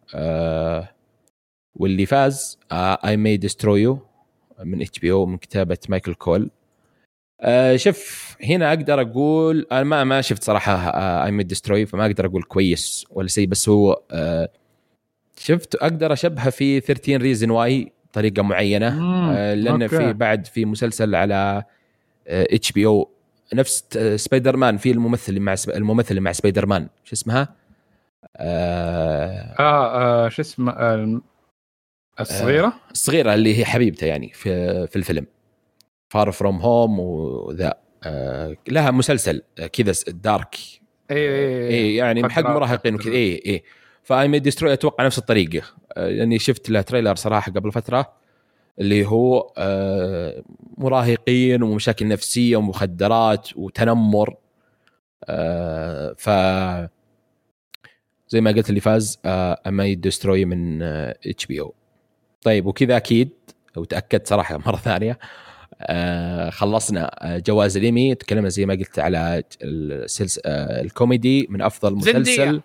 Speaker 1: واللي فاز I May Destroy You من HBO من كتابة مايكل كول. شوف هنا اقدر اقول انا ما شفت صراحه اي ميد دستروي، فما اقدر اقول كويس ولا شيء، بس هو شفت اقدر اشبهه في 13 ريزن واي بطريقه معينه. لان في بعد في مسلسل على اتش بي او نفس سبايدر مان، في الممثل مع سبايدر مان شو اسمها
Speaker 2: شو اسمه
Speaker 1: الصغيره اللي هي حبيبته يعني في الفيلم فار فروم هوم، وذا لها مسلسل كذا دارك يعني حق مراهقين وكذا اي فاي ميد دستروي اتوقع نفس الطريقه، لاني شفت له تريلر صراحه قبل فتره اللي هو مراهقين ومشاكل نفسيه ومخدرات وتنمر. ف زي ما قلت اللي فاز اي دستروي من اتش بي او. طيب وكذا اكيد وتاكدت صراحه مره ثانيه خلصنا جوائز الإيمي، تكلمنا زي ما قلت على الكوميدي من افضل مسلسل،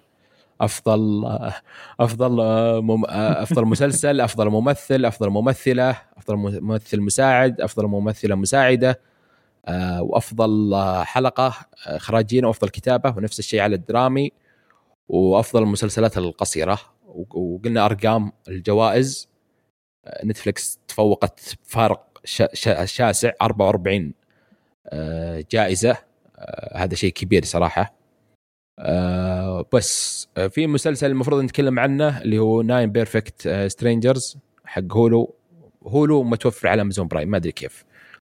Speaker 1: افضل مسلسل، افضل ممثل، افضل ممثله، افضل ممثل مساعد، افضل ممثله مساعده، وافضل حلقه اخراجيه، وافضل كتابه، ونفس الشيء على الدرامي، وافضل المسلسلات القصيره. وقلنا ارقام الجوائز، نتفليكس تفوقت بفارق شاسع 44 جائزه، هذا شيء كبير صراحه. بس في مسلسل المفروض نتكلم عنه اللي هو 9 بيرفكت سترينجرز حق هولو متوفر على امازون برايم، ما ادري كيف.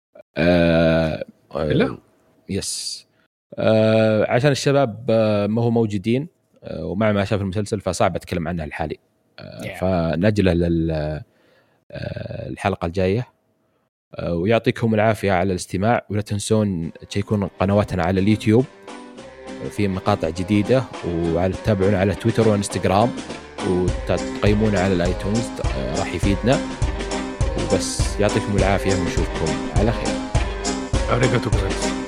Speaker 2: لا
Speaker 1: يس عشان الشباب ما هو موجودين ومع ما شاف المسلسل فصعب اتكلم عنه الحالي. فنجله للحلقه الجايه. ويعطيكم العافيه على الاستماع، ولا تنسون تشيكون قنواتنا على اليوتيوب في مقاطع جديدة، وعلى تتابعونا على تويتر وانستغرام، وتقيمونا على الايتونز راح يفيدنا. وبس يعطيكم العافية ونشوفكم على خير.